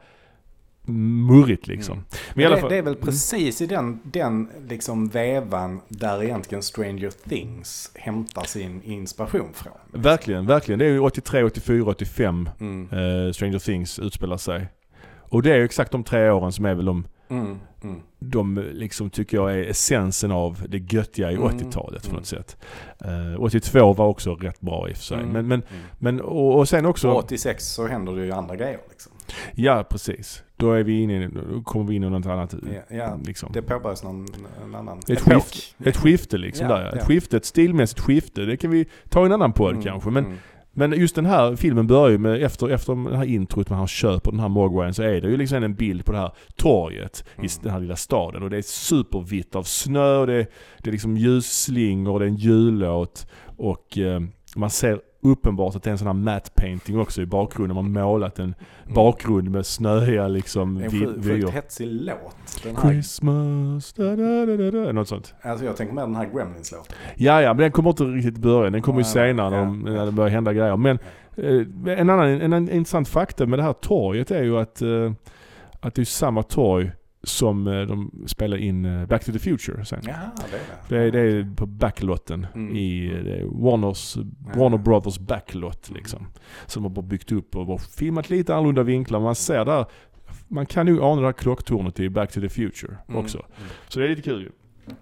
murrigt liksom. Mm. Men i alla fall, det, det är väl precis i den, den liksom vävan där egentligen Stranger Things hämtar sin inspiration från. Liksom. Verkligen, verkligen. Det är ju åttiotre, åttiofyra, åttiofem mm. eh, Stranger Things utspelar sig. Och det är ju exakt de tre åren som är väl de mm. Mm. de liksom tycker jag är essensen av det göttiga i mm. åttiotalet på något sätt. Uh, åttiotvå var också rätt bra i och för sig. Mm. Men, men, mm. men, och, och sen också... Och åttiosex så händer det ju andra grejer liksom. Ja, precis. Då är vi inne, då kommer vi in i något annat. Ja, ja. Liksom. Det påbörjas någon en annan ett skifte, ett skifte liksom ja, där. Ett ja. skifte, ett stilmässigt skifte. Det kan vi ta i en annan podd mm. kanske. Men, mm. men just den här filmen börjar ju med, efter, efter den här introt med han köper den här Mogwaien så är det ju liksom en bild på det här torget mm. i den här lilla staden. Och det är supervitt av snö och det, det är liksom ljusslingor och det är en jullåt. Och eh, man ser uppenbart att det är en sån här matte painting också i bakgrunden. Man har målat en bakgrund med snöiga liksom vyer. En sjukt hetsig låt. Den här... Christmas, da, da, da, da, något sånt. Alltså jag tänker med den här Gremlins-låten. Ja, ja, men den kommer inte riktigt i början. Den kommer ju senare när, de, när det börjar hända grejer. Men eh, en annan en, en intressant fakta med det här torget är ju att, eh, att det är samma torg som eh, de spelar in eh, Back to the Future sen. Ja, det är det. Det är, det är på backlotten mm. i det Warners, ja. Warner Brothers backlot liksom. Som de har bara byggt upp och bara filmat lite annorlunda vinklar. Man ser där, man kan ju ana det här klocktornet i Back to the Future också. Mm. Mm. Så det är lite kul ju.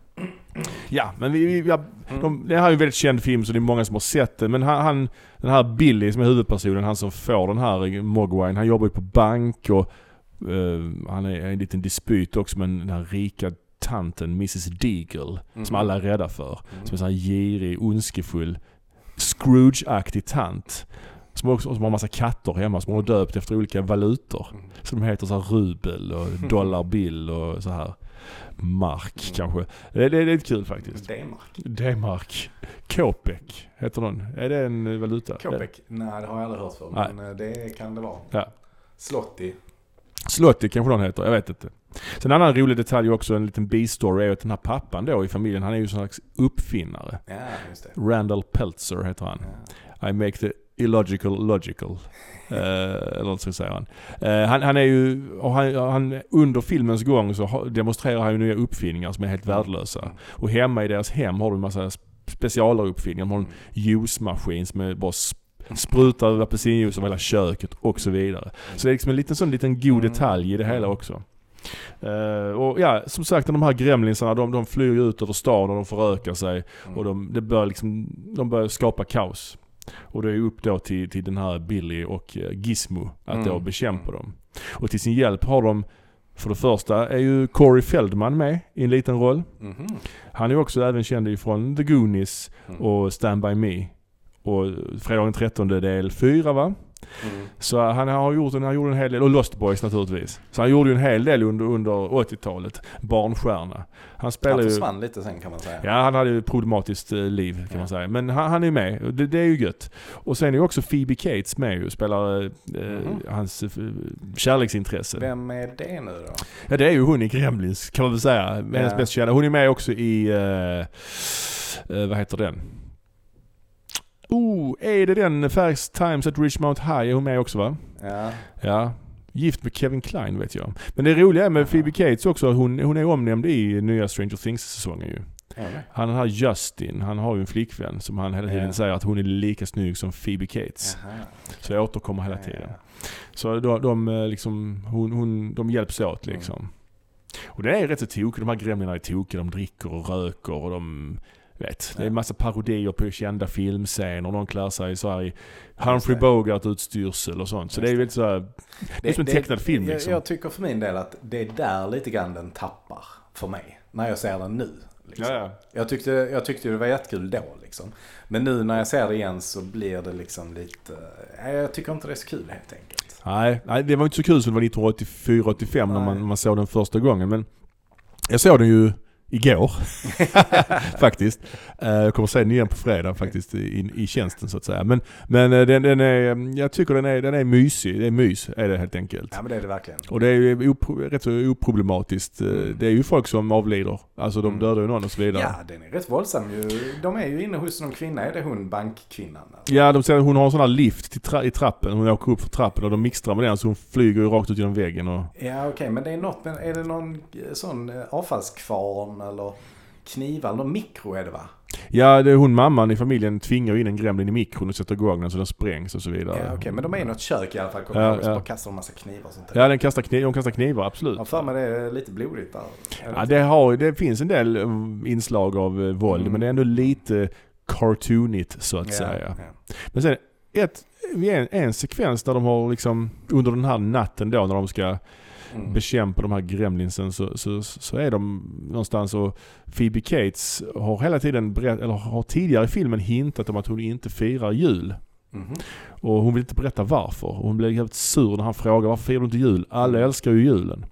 Ja, men vi, vi, ja, de, det här är ju en väldigt känd film så det är många som har sett det. Men han, han, den här Billy som är huvudpersonen, han som får den här Mogwaien, han jobbar ju på bank och Uh, han är en liten dispyt också med den här rika tanten missus Deagle mm. som alla är rädda för. Mm. Som är så här girig, ondskefull, Scrooge-aktig tant. Som också som har en massa katter hemma som har döpt efter olika valutor. Mm. Så de heter så här rubel och dollarbill och så här mark mm. kanske. Det, det, det är kul faktiskt. D-mark. D-mark. Kopek heter den. Är det en valuta? Kopek? Nej, det har jag aldrig hört för. Men Nej. det kan det vara. Ja. Slotty. Slotty kanske den heter, jag vet inte. Sen en annan rolig detalj också, en liten bistory är att den här pappan då i familjen, han är ju en slags uppfinnare. Ja, just det. Randall Peltzer heter han. Ja. I make the illogical logical. uh, eller så säger han. Uh, han. Han är ju, och han, han, under filmens gång så demonstrerar han ju nya uppfinningar som är helt värdelösa. Mm. Och hemma i deras hem har de en massa specialuppfinningar. De har en juicemaskin som är bara sprutar över apelsinjuice över hela köket och så vidare. Så det är liksom en liten sån liten god detalj i det hela också. Uh, och ja, som sagt de här gremlinsarna, de, de flyr ut över stan och de förökar sig och de, det bör liksom, de börjar skapa kaos. Och det är upp då till, till den här Billy och Gizmo att mm. då bekämpa dem. Och till sin hjälp har de, för det första är ju Corey Feldman med i en liten roll. Mm-hmm. Han är också även känd ifrån The Goonies mm. och Stand By Me. Och fredag den trettonde del fyra va? Mm. Så han har gjort en, han gjorde en hel del, och Lost Boys naturligtvis. Så han gjorde ju en hel del under, under åttiotalet, barnstjärna. Han spelar han försvann ju, lite sen kan man säga. Ja, han hade ju ett problematiskt liv kan ja. man säga. Men han, han är med, det, det är ju gött. Och sen är ju också Phoebe Cates med och spelar eh, mm. hans eh, kärleksintresse. Vem är det nu då? Ja, det är ju hon i Gremlins kan man väl säga. Ja. Hennes bäst kända. Hon är med också i, eh, eh, vad heter den? Oh, är det den First Times at Richmond High? Är hon med också va? Ja. Ja. Gift med Kevin Kline vet jag. Men det roliga är med Phoebe Cates också. Hon, hon är omnämnd i nya Stranger Things-säsongen ju. Ja, han har Justin. Han har ju en flickvän som han hela tiden ja. säger att hon är lika snygg som Phoebe Cates. Aha, okay. Så jag återkommer hela tiden. Ja, ja. Så de, de, liksom, hon, hon, de hjälps åt liksom. Mm. Och det är rätt så tokigt. De här gremlingarna är tokiga. De dricker och röker och de... Vet, det är en massa parodier på kända filmscener och de klär sig så här i Humphrey Bogart utstyrsel och sånt. Så det är väl så här, det är det, som en tecknad det, film liksom. Jag, jag tycker för min del att det är där lite grann den tappar för mig. När jag ser den nu. Liksom. Ja, ja. Jag, tyckte, jag tyckte det var jättekul då liksom. Men nu när jag ser det igen så blir det liksom lite... Jag tycker inte det är så kul helt enkelt. Nej, nej det var inte så kul som det var nittonhundraåttiofyra åttiofem när man, man såg den första gången. Men jag såg den ju igår faktiskt. Jag kommer se den igen på fredag faktiskt i, i tjänsten så att säga. Men, men den, den är, jag tycker den är, den är mysig. Det är mys är det helt enkelt. Ja men det är det verkligen. Och det är opro, rätt så oproblematiskt. Mm. Det är ju folk som avlider. Alltså de mm. dödar ju någon och så vidare. Ja den är rätt våldsam ju. De är ju inne hos någon kvinna. Är det hon bankkvinnan? Alltså? Ja de säger att hon har en sån här lift till tra- i trappen. Hon åker upp för trappen och de mixtrar med den så hon flyger ju rakt ut genom väggen. Och... Ja okej okay. Men det är något. Men är det någon sån avfallskvarn eller knivar eller mikro är det va? Ja, det är hon mamman i familjen tvingar in en gremlin i mikron och sätter igång den så den sprängs och så vidare. Ja, okej, okay. Men de är i något kök i alla fall. Kommer ja, ja. Och kastar en massa knivar och sånt där. Ja, den kastar kniv, de kastar knivar, absolut. Ja, för mig det är lite blodigt där. Ja, det, har, det finns en del inslag av uh, våld, mm. men det är ändå lite cartoonigt så att ja, säga. Ja. Men sen ett, en, en sekvens där de har liksom under den här natten då när de ska Mm. bekämpa de här gremlinsen så, så, så är de någonstans och Phoebe Cates har hela tiden berätt, eller har tidigare i filmen hintat om att hon inte firar jul. Mm-hmm. Och hon vill inte berätta varför. Och hon blir helt sur när han frågar varför firar du inte jul? Alla älskar ju julen.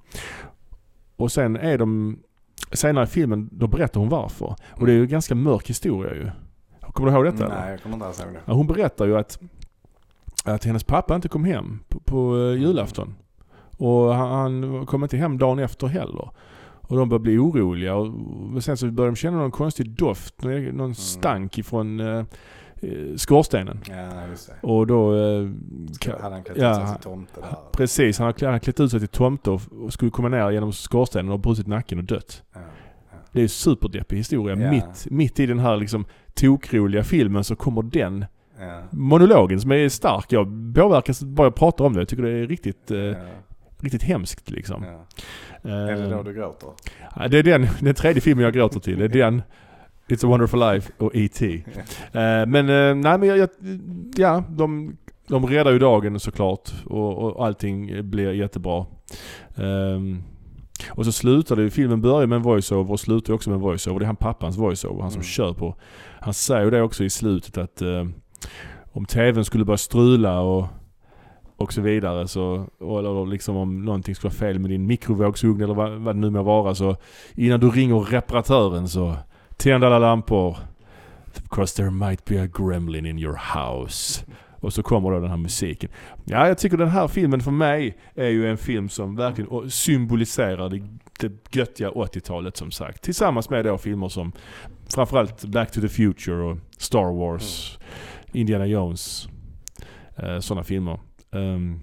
Och sen är de senare i filmen då berättar hon varför. Och det är ju en ganska mörk historia ju. Kommer du ihåg detta? Nej, jag kommer inte alls ihåg det. Ja, hon berättar ju att att hennes pappa inte kom hem på, på uh, julafton. Och han, han kom inte hem dagen efter heller. Och de började bli oroliga. Och sen så började de känna någon konstig doft. Någon, någon stank ifrån eh, skorstenen. Ja, just det. Och då... Eh, ka- hade han klätt ja, ut sig till tomte där? Precis, han hade klätt ut sig till tomte och, och skulle komma ner genom skorstenen och brutit nacken och dött. Ja, ja. Det är en superdeppig historia. Ja. Mitt, mitt i den här liksom tokroliga filmen så kommer den ja. monologen som är stark. Jag påverkas bara jag pratar om det. Jag tycker det är riktigt... Eh, ja. Riktigt hemskt liksom. Ja. Uh, är det då du gråter? Ja, det är den, den tredje filmen jag gråter till. Det är den, It's a Wonderful Life och E T uh, Men uh, nej men jag, jag, ja, de, de räddar ju dagen såklart och, och allting blir jättebra. Um, och så slutar det, filmen börjar med en voiceover och slutar också med en voiceover. Det är han pappans voiceover, han som mm. kör på. Han säger det också i slutet att uh, om tvn skulle börja strula och och så vidare så eller liksom om någonting skulle vara fel med din mikrovågsugn eller vad, vad det nu må vara så innan du ringer reparatören så tänd alla lampor because there might be a gremlin in your house och så kommer då den här musiken. Ja, jag tycker den här filmen för mig är ju en film som verkligen symboliserar det, det göttiga åttiotalet som sagt tillsammans med då filmer som framförallt Back to the Future och Star Wars, mm. Indiana Jones eh, sådana filmer. Um,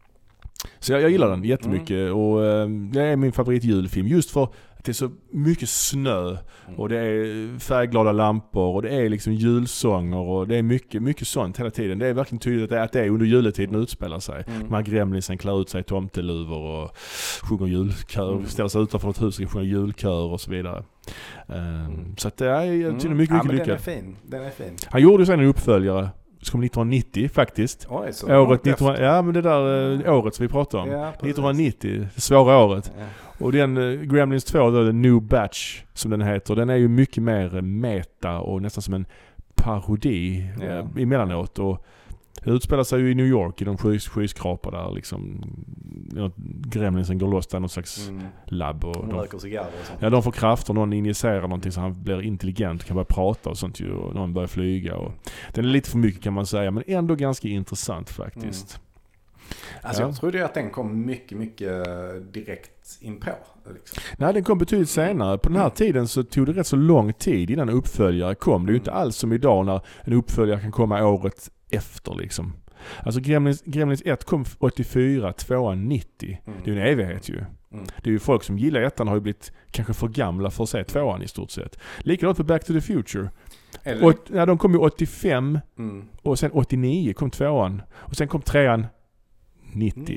så jag, jag gillar den jättemycket mm. och um, det är min favoritjulfilm just för att det är så mycket snö mm. och det är färgglada lampor och det är liksom julsånger och det är mycket, mycket sånt hela tiden. Det är verkligen tydligt att det är, att det är under juletiden utspelar sig. Mm. De här gremlinsen klär ut sig i tomteluvor och sjunger julkör, mm. ställer sig utanför ett hus och sjunger julkör och så vidare. Um, mm. Så att det är jag tycker mm. mycket, mycket ja, lyckat. Den är fin. Den är fin. Han gjorde ju sen en uppföljare som nittonhundranittio faktiskt. Oj, så året nitton, ja men det där äh, året som vi pratade om. Ja, nittonhundranittio, det svåra året. Ja. Och den äh, Gremlins två då, The New Batch som den heter, den är ju mycket mer meta och nästan som en parodi ja. äh, emellanåt och det utspelar sig ju i New York i de skys- skyskrapor där liksom ja, Gremlinsen går loss där någon slags mm. labb och de, och sånt. Ja, de får krafter, någon injicerar någonting så han blir intelligent och kan börja prata och sånt ju, och någon börjar flyga och den är lite för mycket kan man säga men ändå ganska intressant faktiskt. Mm. Alltså ja. Jag trodde ju att den kom mycket mycket direkt in på liksom. Nej, den kom betydligt senare. På den här tiden så tog det rätt så lång tid innan uppföljare kom. Det är ju inte alls som idag när en uppföljare kan komma året efter liksom. Alltså Gremlins, Gremlins ett kom åttiofyra, tvåan nittio. Mm. Det är ju en evighet ju. Mm. Det är ju folk som gillar ettan har ju blivit kanske för gamla för att se tvåan i stort sett. Likadant för Back to the Future. Och, ja, de kom ju åttiofem mm. och sen åttionio kom tvåan och sen kom trean nittio. nittio.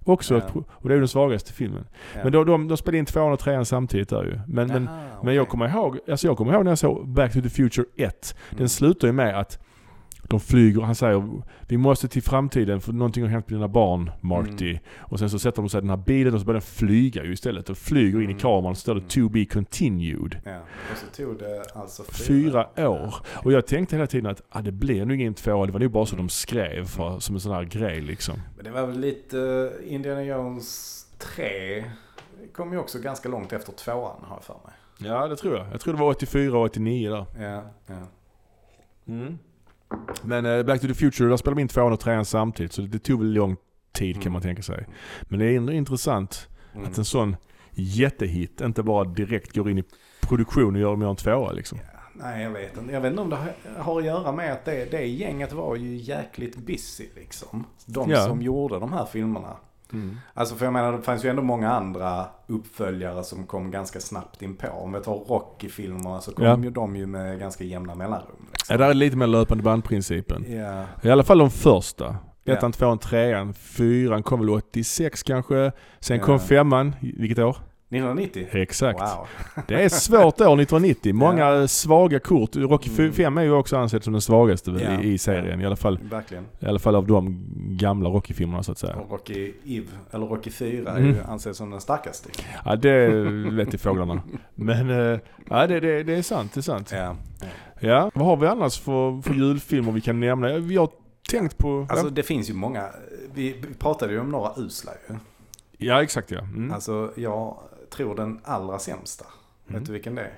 Också, Ja. ett, och det är ju den svagaste filmen. Ja. Men de, de, de spelade in tvåan och trean samtidigt där ju. Men, men, Aha, men okej. jag kommer ihåg, alltså jag kommer ihåg när jag såg Back to the Future ett. Mm. Den slutar ju med att de flyger, han säger vi måste till framtiden för någonting har hänt med dina barn, Marty. Mm. Och sen så sätter de sig i den här bilen och så börjar den flyga ju istället. Och flyger in Mm. i kameran och står det to be continued. Ja. Och så tog det alltså Fyra, fyra år. Och jag tänkte hela tiden att ah, det blir nog ingen två, det var nog bara så de skrev för, som en sån här grej liksom. Men det var väl lite uh, Indiana Jones tre kom ju också ganska långt efter tvåan, har jag för mig. Ja, det tror jag. Jag tror det var åttiofyra och åttionio där. Ja, ja. Mm. Men uh, Back to the Future, där spelade de in tvåan och trean samtidigt. Så det tog väl lång tid kan Mm. man tänka sig. Men det är ändå intressant Mm. att en sån jättehit inte bara direkt går in i produktion och gör mer en tvåa liksom. Ja, nej, jag vet inte. Jag vet inte om det har, har att göra med att det, det gänget var ju jäkligt busy liksom. De Ja. som gjorde de här filmerna. Mm. Alltså för jag menar, det fanns ju ändå många andra uppföljare som kom ganska snabbt in på. Om vi tar Rocky-filmer så kom Ja. ju de ju med ganska jämna mellanrum. Liksom. Ja, där är lite mer löpande bandprincipen. Ja. I alla fall de första. Ja. Ettan, tvåan, trean, fyran kom väl åttiosex kanske. Sen Ja. kom femman, vilket år? nittonhundranittio? Exakt. Wow. Det är ett svårt år nittonhundranittio. Många Ja. svaga kort. Rocky Mm. fem är ju också ansett som den svagaste väl Ja. i, i serien. I alla, fall, Verkligen. I alla fall av de gamla Rocky-filmerna så att säga. Och Rocky Eve, eller Rocky fyra, är Mm. ju anses som den starkaste. Ja, det vet i fåglarna. Men äh, ja, det, det, det är sant, det är sant. Ja. Ja, vad har vi annars för, för julfilmer vi kan nämna? Vi har tänkt på... Alltså ja. det finns ju många, vi vi pratade ju om några usla ju. ja, exakt ja. Mm. Alltså jag tror den allra sämsta. Mm. Vet du vilken det är?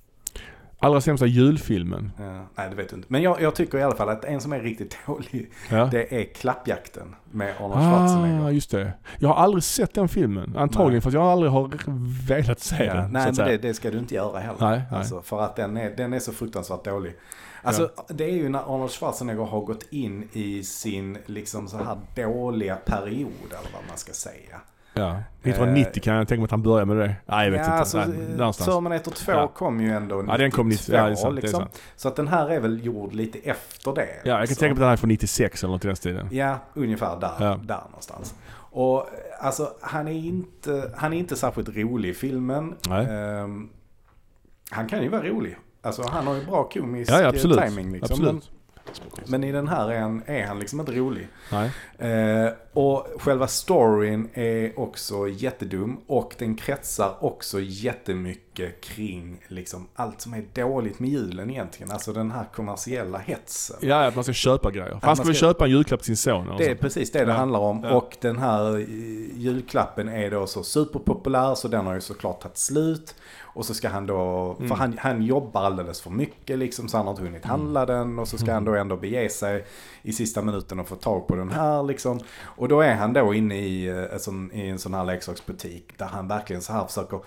Allra sämsta julfilmen. Ja, nej, det vet du inte. Men jag, jag tycker i alla fall att en som är riktigt dålig, Ja. det är Klappjakten med Arnold Schwarzenegger. Ah, just det. Jag har aldrig sett den filmen. Antagligen Nej. för att jag aldrig har velat se Ja, den. så nej, att men säga. det, det ska du inte göra heller. Nej, nej. Alltså, för att den är, den är så fruktansvärt dålig. Alltså, det är ju när Arnold Schwarzenegger har gått in i sin liksom så här dåliga period, eller vad man ska säga. Ja. nittonhundranittio kan jag tänka mig att han börjar med det. Nej, jag vet Ja, inte. alltså, Nej, någonstans. Terminator två Ja. kom ju ändå nittiotvå. Ja, den kom nittio. Ja, det är sant, liksom. det är sant. Så att den här är väl gjord lite efter det. Ja, jag kan så. tänka mig att den här är från nittiosex eller något i den stilen. Ja, ungefär där, Ja. där någonstans. Och alltså, han är inte, han är inte särskilt rolig i filmen. Nej. Um, han kan ju vara rolig. Alltså, han har ju bra komisk Ja, ja, absolut. timing liksom. Absolut. Men, men i den här är han, är han liksom inte rolig. Nej. Eh, och själva storyn är också jättedum och den kretsar också jättemycket kring liksom allt som är dåligt med julen egentligen. Alltså den här kommersiella hetsen. Ja, att man ska köpa grejer. För han man ska väl ska- köpa en julklapp till sin son. Eller Det är så. precis det det Ja. handlar om. Ja. Och den här eh, julklappen är då så superpopulär så den har ju såklart tagit slut. Och så ska han då, Mm. för han, han jobbar alldeles för mycket liksom så han har inte hunnit handla den. Och så ska Mm. han då ändå bege sig i sista minuten och få tag på den här liksom. Och då är han då inne i, eh, en sån, i en sån här leksaksbutik där han verkligen så här försöker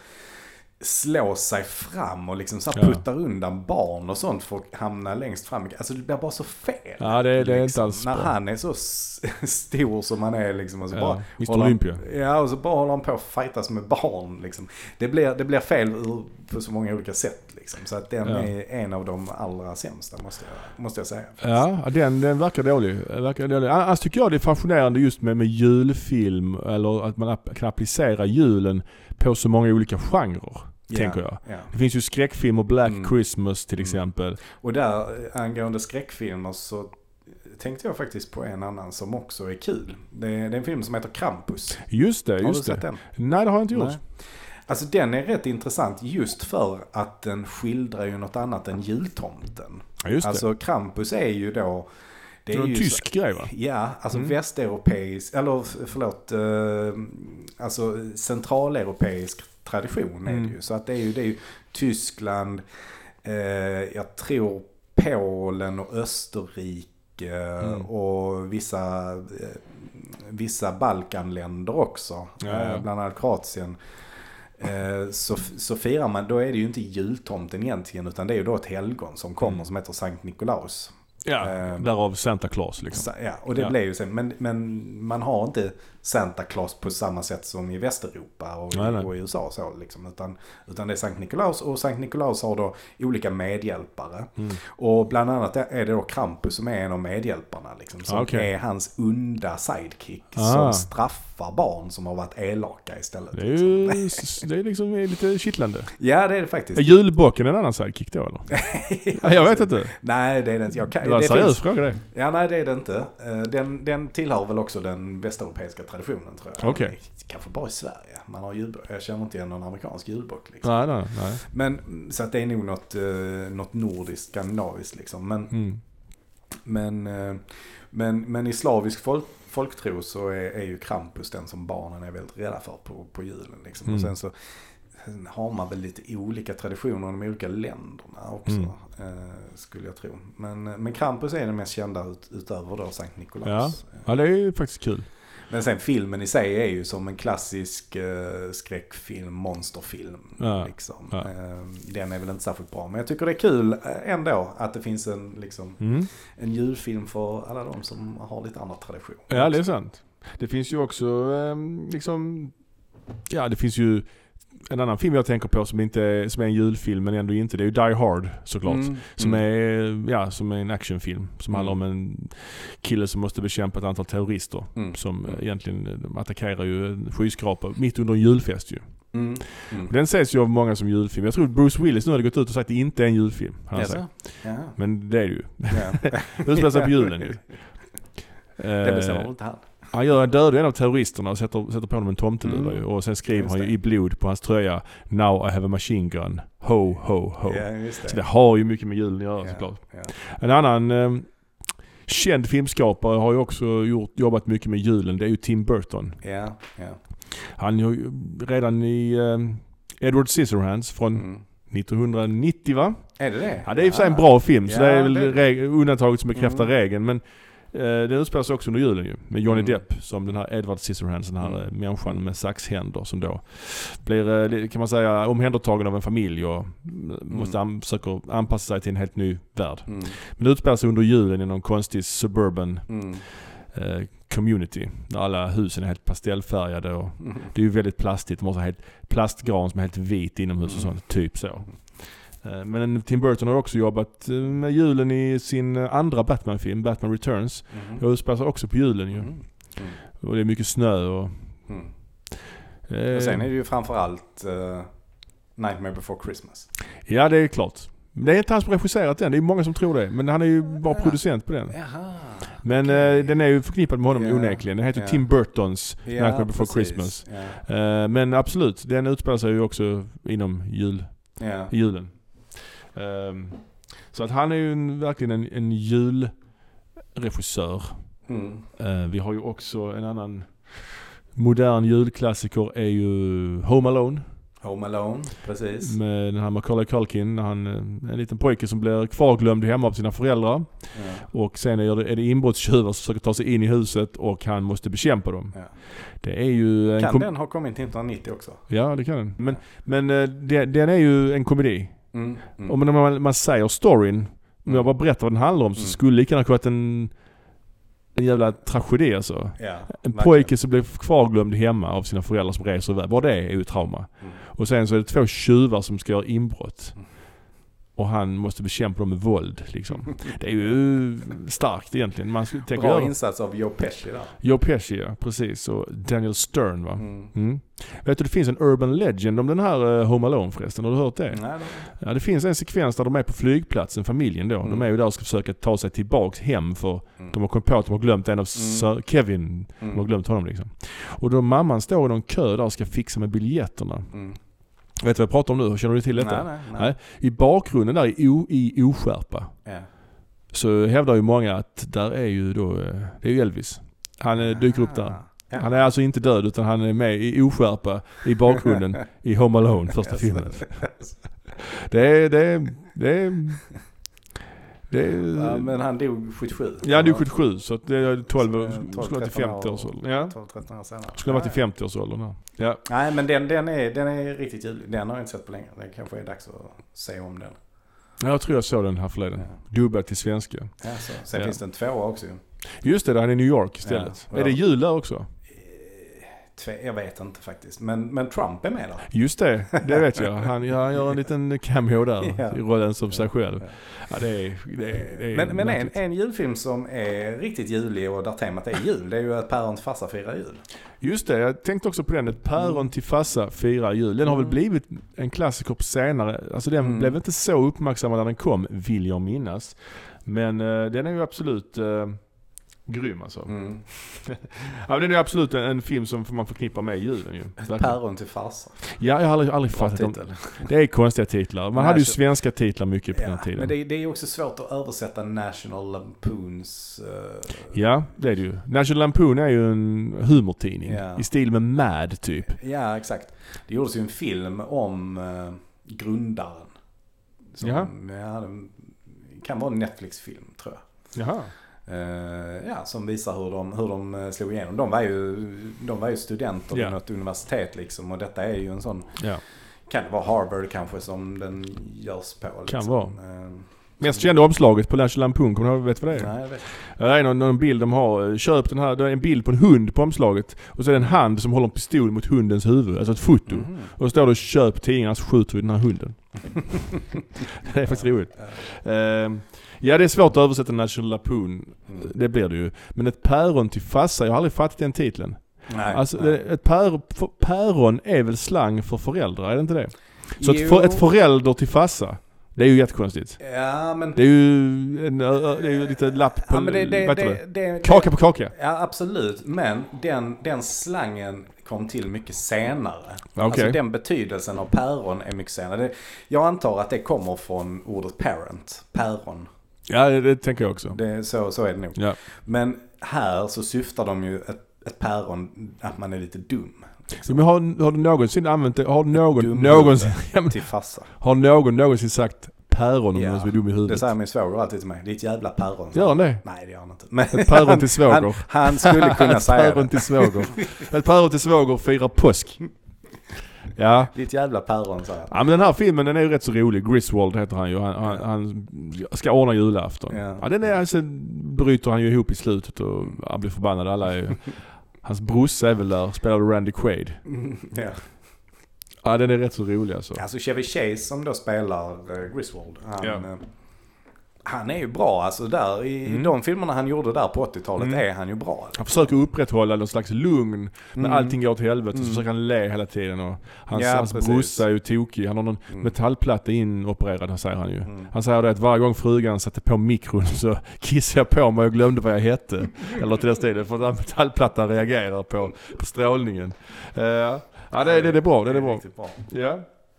slå sig fram och liksom så här Ja. puttar undan barn och sånt för att hamna längst fram. Alltså det blir bara så fel. Ja, det, det är inte liksom. alls När bra. han är så s- stor som han är liksom. Och så Ja, bara mister håller han- Olympia. Ja, och så bara håller han på att fightas med barn liksom. Det blir, det blir fel ur, på så många olika sätt liksom. Så att den Ja. är en av de allra sämsta måste jag, måste jag säga. Ja, den, den verkar dålig. Den verkar dålig. Annars tycker jag det är fascinerande just med, med julfilm eller att man ap- kan applicera julen på så många olika genrer. Ja, Tänker jag. ja. Det finns ju skräckfilm och Black Mm. Christmas till Mm. exempel. Och där angående skräckfilmer så tänkte jag faktiskt på en annan som också är kul. Det är, det är en film som heter Krampus. Just det, Har du just sett det. den? Nej, det har jag inte gjort. Nej. Alltså den är rätt intressant just för att den skildrar ju något annat än jultomten. Ja, just Alltså Krampus är ju då... det. Det är en ju tysk så, grej va? Ja, alltså Mm. västeuropeisk, eller förlåt, eh, alltså centraleuropeisk tradition är Mm. det ju. Så att det är ju, det är ju Tyskland, eh, jag tror Polen och Österrike Mm. och vissa, eh, vissa Balkanländer också, Ja, ja. Eh, bland annat Kroatien. Eh, så, så firar man, då är det ju inte jultomten egentligen utan det är ju då ett helgon som kommer Mm. som heter Sankt Nikolaus. Ja, um, därav Santa Claus liksom. Ja, och det ja. blev ju sen. Men, men man har inte Santa Claus på samma sätt som i Västeuropa och, nej, nej. och i U S A så liksom. Utan, utan det är Sankt Nikolaus, och Sankt Nikolaus har då olika medhjälpare. Mm. Och bland annat är det då Krampus som är en av medhjälparna liksom, som okay. är hans onda sidekick ah. som straffar barn som har varit elaka istället. Det är ju det är liksom lite kittlande. Ja, det är det faktiskt. Är julbocken en annan sidekick då eller? ja, jag vet inte. Nej, det är det inte. Jag kan, det var en seriös fråga det. Ja, nej det är det inte. Den, den tillhör väl också den västeuropeiska traditionen tror jag. Okay. Kanske bara i Sverige. Man har julbock. Jag känner inte igen någon amerikansk julbock. Liksom. Nej, nej, nej. Men, så att det är nog något, något nordiskt, skandinaviskt liksom. Men, mm. men, men, men i slavisk folk, folktro så är, är ju Krampus den som barnen är väldigt rädda för på, på julen. Liksom. Mm. Och sen så har man väl lite olika traditioner i de olika länderna också, mm. eh, skulle jag tro. Men, men Krampus är den mest kända ut, utöver då Sankt Nikolaus. Ja. ja, det är ju faktiskt kul. Men sen filmen i sig är ju som en klassisk eh, skräckfilm, monsterfilm. Ja. Liksom. Ja. Eh, den är väl inte särskilt bra. Men jag tycker det är kul ändå att det finns en, liksom, mm. en julfilm för alla de som har lite andra traditioner. Ja, det är sant. Det finns ju också eh, liksom, ja det finns ju en annan film jag tänker på som inte är, som är en julfilm men ändå inte, det är ju Die Hard såklart. Mm. Som mm. är ja, som är en actionfilm som mm. handlar om en kille som måste bekämpa ett antal terrorister mm. som mm. egentligen attackerar ju en skyskrapa mitt under en julfest ju. Mm. Mm. Den ses ju av många som julfilm. Jag tror att Bruce Willis nu hade gått ut och sagt att det inte är en julfilm. Han yes. ja. Men det är det ju. Ja. Det spelar sig på julen ju. Det bestämmer inte han. Han gör en död en av terroristerna och sätter, sätter på honom en tomteluva mm. och sen skriver han ju i blod på hans tröja Now I have a machine gun. Ho, ho, ho. Ja, just det. Så det har ju mycket med julen att göra ja, såklart. Ja. En annan eh, känd filmskapare har ju också gjort, jobbat mycket med julen. Det är ju Tim Burton. Ja, ja. Han har ju redan i eh, Edward Scissorhands från mm. nittonhundranittio va? Är det det? Ja, det är ju ja. en bra film så ja, det är väl det... Reg- undantaget som bekräftar mm. regeln. Men det utspelar sig också under julen ju, med Johnny mm. Depp som den här Edward Scissorhands, den här mm. människan med saxhänder som då blir, kan man säga, omhändertagen av en familj och mm. måste an- försöka anpassa sig till en helt ny värld. Mm. Men det utspelar sig under julen i någon konstig suburban mm. eh, community där alla husen är helt pastellfärgade och mm. det är ju väldigt plastigt. De har så helt plastgran som är helt vit inomhus och sånt, typ så. Men Tim Burton har också jobbat med julen i sin andra Batman-film, Batman Returns. Mm. Jag utspelar också på julen ju. Mm. Mm. Och det är mycket snö och... Mm. Eh, och sen är det ju framförallt uh, Nightmare Before Christmas. Ja, det är klart. Det är inte han som regisserat den, det är många som tror det. Men han är ju bara ja. producent på den. Jaha. Men okay. uh, den är ju förknippad med honom yeah. onekligen. Den heter yeah. Tim Burtons yeah, Nightmare Before precis. Christmas. Yeah. Uh, men absolut, den utspelar sig ju också inom jul, yeah. julen. Um, så att han är ju en, verkligen en, en julregissör. Mm. Uh, vi har ju också en annan modern julklassiker är ju Home Alone. Home Alone, precis. Med den här Macaulay Culkin, han, en liten pojke som blir kvarglömd hemma av sina föräldrar. Ja. Och sen är det, är det inbrottstjuvar som försöker ta sig in i huset och han måste bekämpa dem. Ja. Det är ju en kan kom- den ha kommit till nittonhundranittio också? Ja, det kan den. Men, men den, den är ju en komedi. Mm, mm. Och när man, man säger storyn, om mm. jag bara berättar vad den handlar om, så mm. skulle det kunna ha varit en, en jävla tragedi alltså. Ja, en verkligen. Pojke som blev kvarglömd hemma av sina föräldrar som reser iväg. Bara det är ju trauma. Mm. Och sen så är det två tjuvar som ska göra inbrott. Mm. Och han måste bekämpa dem med våld liksom. Det är ju starkt egentligen. Man tänker bra göra. Insats av Joe Pesci där. Joe Pesci, ja, precis. Och Daniel Stern, va? Mm. Mm. Vet du, det finns en urban legend om den här uh, Home Alone förresten. Har du hört det? Nej, det... Ja, det finns en sekvens där de är på flygplatsen, familjen då. Mm. De är ju där och ska försöka ta sig tillbaks hem för mm. de har kommit på att de har glömt en av mm. Kevin. Mm. De har glömt honom liksom. Och då mamman står i någon kö där och ska fixa med biljetterna. Mm. Vet du vad jag pratar om nu? Känner du till detta? Nej, nej, nej. I bakgrunden där i, o, i oskärpa ja. Så hävdar ju många att där är ju då, det är ju Elvis. Han ah, dyker upp där. Ja. Han är alltså inte död utan han är med i oskärpa i bakgrunden i Home Alone, första filmen. Det är, det är, det är, det är ja, men han dog sjuttiosju. Ja, han dog sjuttiosju så att det är tolv, skulle vara till femtio års ålder. Ja. tolv tretton år senare. Skulle vara till femtio års ålder. Ja. Nej, men den, den, är, den är riktigt julig. Den har jag inte sett på länge. Det kanske är dags att se om den. Jag tror jag såg den här förleden. Ja. Dubbad till svenska. Ja, så. Sen ja. finns det en tvåa också. Just det, där han är i New York istället. Ja. Är det jul där också? Jag vet inte faktiskt. Men, men Trump är med där. Just det, det vet jag. Han gör, gör en liten cameo där ja. i rollen som sig själv. Ja, det är, det är, det är men men en, en julfilm som är riktigt julig och där temat är jul, det är ju att Päron till farsa firar jul. Just det, jag tänkte också på den. Ett Päron till farsa firar jul. Den har väl blivit en klassiker på senare. Alltså den mm. blev inte så uppmärksammad när den kom, vill jag minnas. Men uh, den är ju absolut... Uh, grym alltså. Mm. Ja, det är absolut en, en film som man förknippar med julen ju. Päron till farsa. Ja, jag har aldrig, aldrig fattat om det. är konstiga titlar. Man Nej, hade ju så... svenska titlar mycket på ja, den tiden. Men det, det är ju också svårt att översätta National Lampoons... Uh... Ja, det är det ju. National Lampoon är ju en humortidning. Ja. I stil med Mad typ. Ja, exakt. Det gjordes ju en film om uh, grundaren. Som, Jaha. Ja, det kan vara en Netflix-film tror jag. Jaha. Uh, ja, som visar hur de, hur de slog igenom. De var ju, de var ju studenter yeah. vid något universitet liksom, och detta är ju en sån yeah. kan det vara Harvard kanske som den görs på liksom. Kan vara uh, mest kända omslaget på National Lampoon, kommer du vet vad det är? Nej, jag vet. Det är någon, någon bild de har köpt den här, det är en bild på en hund på omslaget och så är det en hand som håller en pistol mot hundens huvud, alltså ett foto. Mm. Och då står det köp tidningar så skjuter vi den här hunden. Det är faktiskt roligt. Uh, Ja, det är svårt att översätta National Lampoon. Mm. Det blir det ju. Men ett päron till farsa, jag har aldrig fattat den titeln. Nej, alltså, nej. Ett pär, päron är väl slang för föräldrar, är det inte det? Så ett, för, ett förälder till farsa, det är ju jättekonstigt. Ja, men... Det är ju, en, det är ju lite lapp på... Ja, men det, det, det, det, kaka på kaka. Ja, absolut. Men den, den slangen kom till mycket senare. Okay. Alltså den betydelsen av päron är mycket senare. Det, jag antar att det kommer från ordet parent, päron. Ja, det, det tänker jag också. Det, så, så är det nog. Ja. Men här så syftar de ju ett, ett päron att man är lite dum. Liksom. Men har, har du någonsin använt det? Har någon någonsin till farsa? Har någon någonsin sagt päron om ja. någon som är dum i huvudet? Det säger min svåger alltid till mig. Det är ett jävla päron. Gör han det? Nej, det gör han inte. Men ett päron till svåger. Han, han skulle kunna säga ett päron till svåger. Ett päron till svåger firar påsk. Ja. Ditt jävla päron, så här. Ja, men den här filmen, den är ju rätt så rolig. Griswold heter han ju. Han, han, han ska ordna julafton. Ja. Ja, den är alltså, bryter han ju ihop i slutet och han blir förbannad. Alla är ju, hans brorsa är väl där, spelar Randy Quaid. Mm, ja. Ja, den är rätt så rolig alltså. Alltså Chevy Chase som då spelar uh, Griswold. Han, ja. uh, han är ju bra alltså där. I mm. de filmerna han gjorde där på åttiotalet mm. är han ju bra. Alltså. Han försöker upprätthålla någon slags lugn. Men mm. allting går till helvete. Mm. Så försöker han le hela tiden. Och hans ja, hans brorsa är ju tokig. Han har någon mm. metallplatta inopererad, säger han ju. Mm. Han säger det att varje gång frugan satte på mikron så kissade jag på mig och glömde vad jag hette. Eller till den stilen. För att metallplattan reagerar på, på strålningen. Uh, ja, det, det, det är bra. Det är, det är bra. bra. Ja.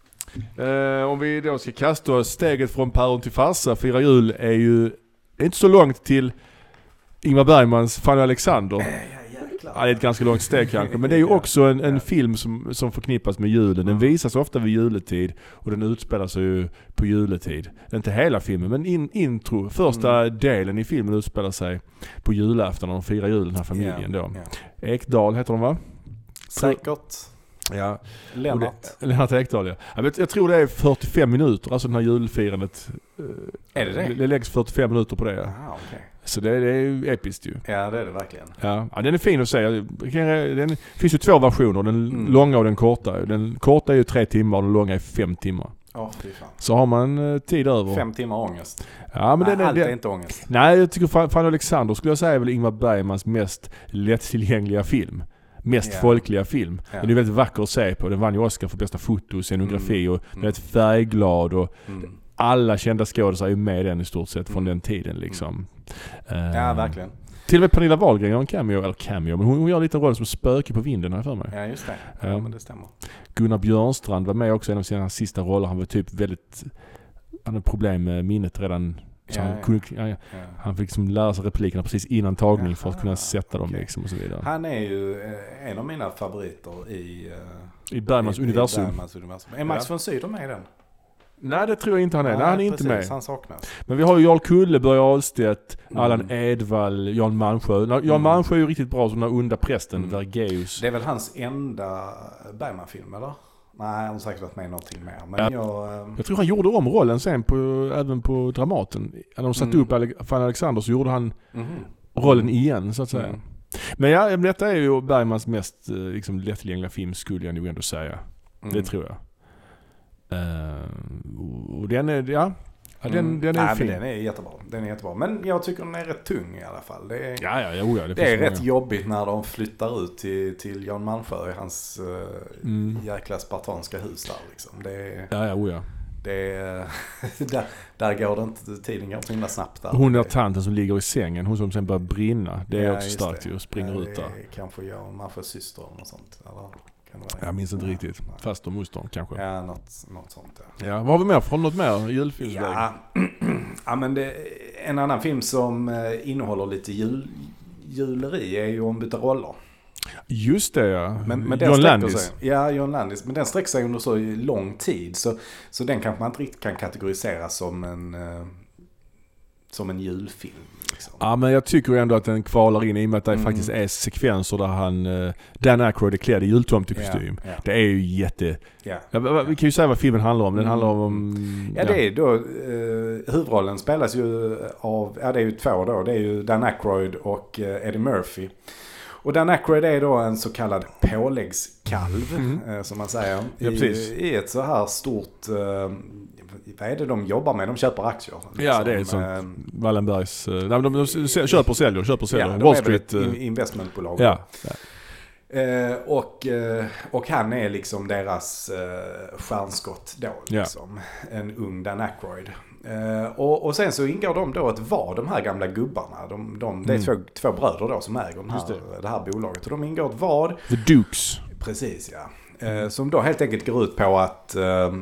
Uh, om vi då ska kasta oss steget från päron till farsa, fira jul är ju inte så långt till Ingmar Bergmans Fanny och Alexander. Äh, ja, ja, det är ett ganska långt steg kanske, men det är ju också en, en film som, som förknippas med julen. Den visas ofta vid juletid och den utspelar sig ju på juletid. Inte hela filmen, men in, intro, första mm. delen i filmen utspelar sig på julafton när de firar jul, den här familjen då. Ja. Ekdal heter de, va? Säkert. Ja, Lennart. Det, Lennart Ekdal, ja. Jag, vet, jag tror det är fyrtiofem minuter, alltså den här julfirandet. Är det det? Det, det läggs fyrtiofem minuter på det. Ja. Aha, okay. Så det, det är ju episkt ju. Ja, det är det verkligen. Ja, ja, den är fin att se. Det finns ju två versioner, den mm. långa och den korta. Den korta är ju tre timmar och den långa är fem timmar. Oh, fy fan. Så har man uh, tid över. Fem timmar ångest. Ja, men nej, den, allt det, är inte ångest. Nej, jag tycker Fanny och Alexander skulle jag säga är väl Ingmar Bergmans mest lättillgängliga film. Mest yeah. folkliga film. Yeah. Den är väldigt vacker att se på. Den vann ju Oscar för bästa foto, scenografi mm. och den är ett färgglad och mm. alla kända skådespelare är ju med den i stort sett från mm. den tiden liksom. Mm. Uh, ja, verkligen. Till och med Pernilla Wahlgren gör en cameo, eller cameo, men hon, hon gör en liten roll som spöke på vinden här för mig. Ja, just det. Ja, uh, men det stämmer. Gunnar Björnstrand var med också i en av sina sista roller. Han var typ väldigt, han hade problem med minnet redan. Så ja, han, ja. Kunde, ja, ja. Ja. han fick liksom lära sig replikerna precis innan tagning ja, för att kunna sätta dem okay. liksom och så vidare. Han är ju eh, en av mina favoriter i uh, i Bergmans i, universum. I Bergmans universum. Är Max ja. von Sydow med i den? Nej, det tror jag inte han är. Nej, Nej han är precis, inte med. Han saknas. Men vi har ju Jarl Kulle, Börje Ahlstedt, mm. Allan Edwall, Jan Malmsjö. Jan mm. Malmsjö är ju riktigt bra som den onda prästen, mm. Vergeus. Det är väl hans enda Bergman-film, eller? Nej, han har säkert varit med någonting mer. Men ja. jag, äh... jag tror han gjorde om rollen sen på, även på Dramaten. När de satte mm. upp Ale- Fan Alexander så gjorde han mm. rollen igen så att säga. Mm. Men ja, detta är ju Bergmans mest liksom, lättillgängliga film skulle jag nog ändå säga. Mm. Det tror jag. Uh, och den är, ja... Ja, den, mm. den är Nej, fin. Men den är jättebra. Den är jättebra. Men jag tycker den är rätt tung i alla fall. Det är, ja, ja, ja, ja, det det är rätt många. jobbigt när de flyttar ut till, till Jan Malmsjö i hans uh, mm. jäkla spartanska hus där. Liksom. Det är, ja, ja, ja. Det är, där, där går det inte, tiden går så himla snabbt där. Hon är tanten som ligger i sängen, hon som sen börjar brinna. Det är ja, också starkt ju, springer ja, ut där. Kanske jag och Malmsjös syster eller något sånt. Eller? Jag minns inte ja, riktigt. Nej. Fast och mostern kanske. Ja, något, något sånt. Ja. Ja, vad har vi mer från något mer julfilmsväg? Ja, ja men det, en annan film som eh, innehåller lite jul, juleri är ju Ombytta roller. Just det, ja. Men, men den John Landis. Sig, ja, John Landis. Men den sträcker sig under så lång tid. Så, så den kanske man inte riktigt kan kategorisera som en, eh, som en julfilm. Liksom. Ja, men jag tycker ändå att den kvalar in i och med att det mm. faktiskt är sekvenser där han uh, Dan Aykroyd är klädd i jultomtekostym. Yeah, yeah. Det är ju jätte... Yeah, ja, yeah. Vi kan ju säga vad filmen handlar om. Den mm. handlar om... Ja, ja, det är då... Uh, huvudrollen spelas ju av... Ja, det är ju två då. Det är ju Dan Aykroyd och uh, Eddie Murphy. Och Dan Aykroyd är då en så kallad påläggskalv, mm. uh, som man säger. Ja, I, I ett så här stort... Uh, vad är det de jobbar med? De köper aktier. Liksom. Ja, det är som äh, Wallenbergs... Äh, de, de, de köper och säljer, köper och säljer. Ja, de Wall är Street, ett investmentbolag. Ja. ja. Eh, och, eh, och han är liksom deras eh, stjärnskott då. Liksom. Ja. En ung Dan Aykroyd. Eh, och, och sen så ingår de då att vara de här gamla gubbarna. De, de, det är mm. två, två bröder då som äger den här, det. det här bolaget. Och de ingår ett vad. The Dukes. Precis, ja. Eh, som då helt enkelt går ut på att... Eh,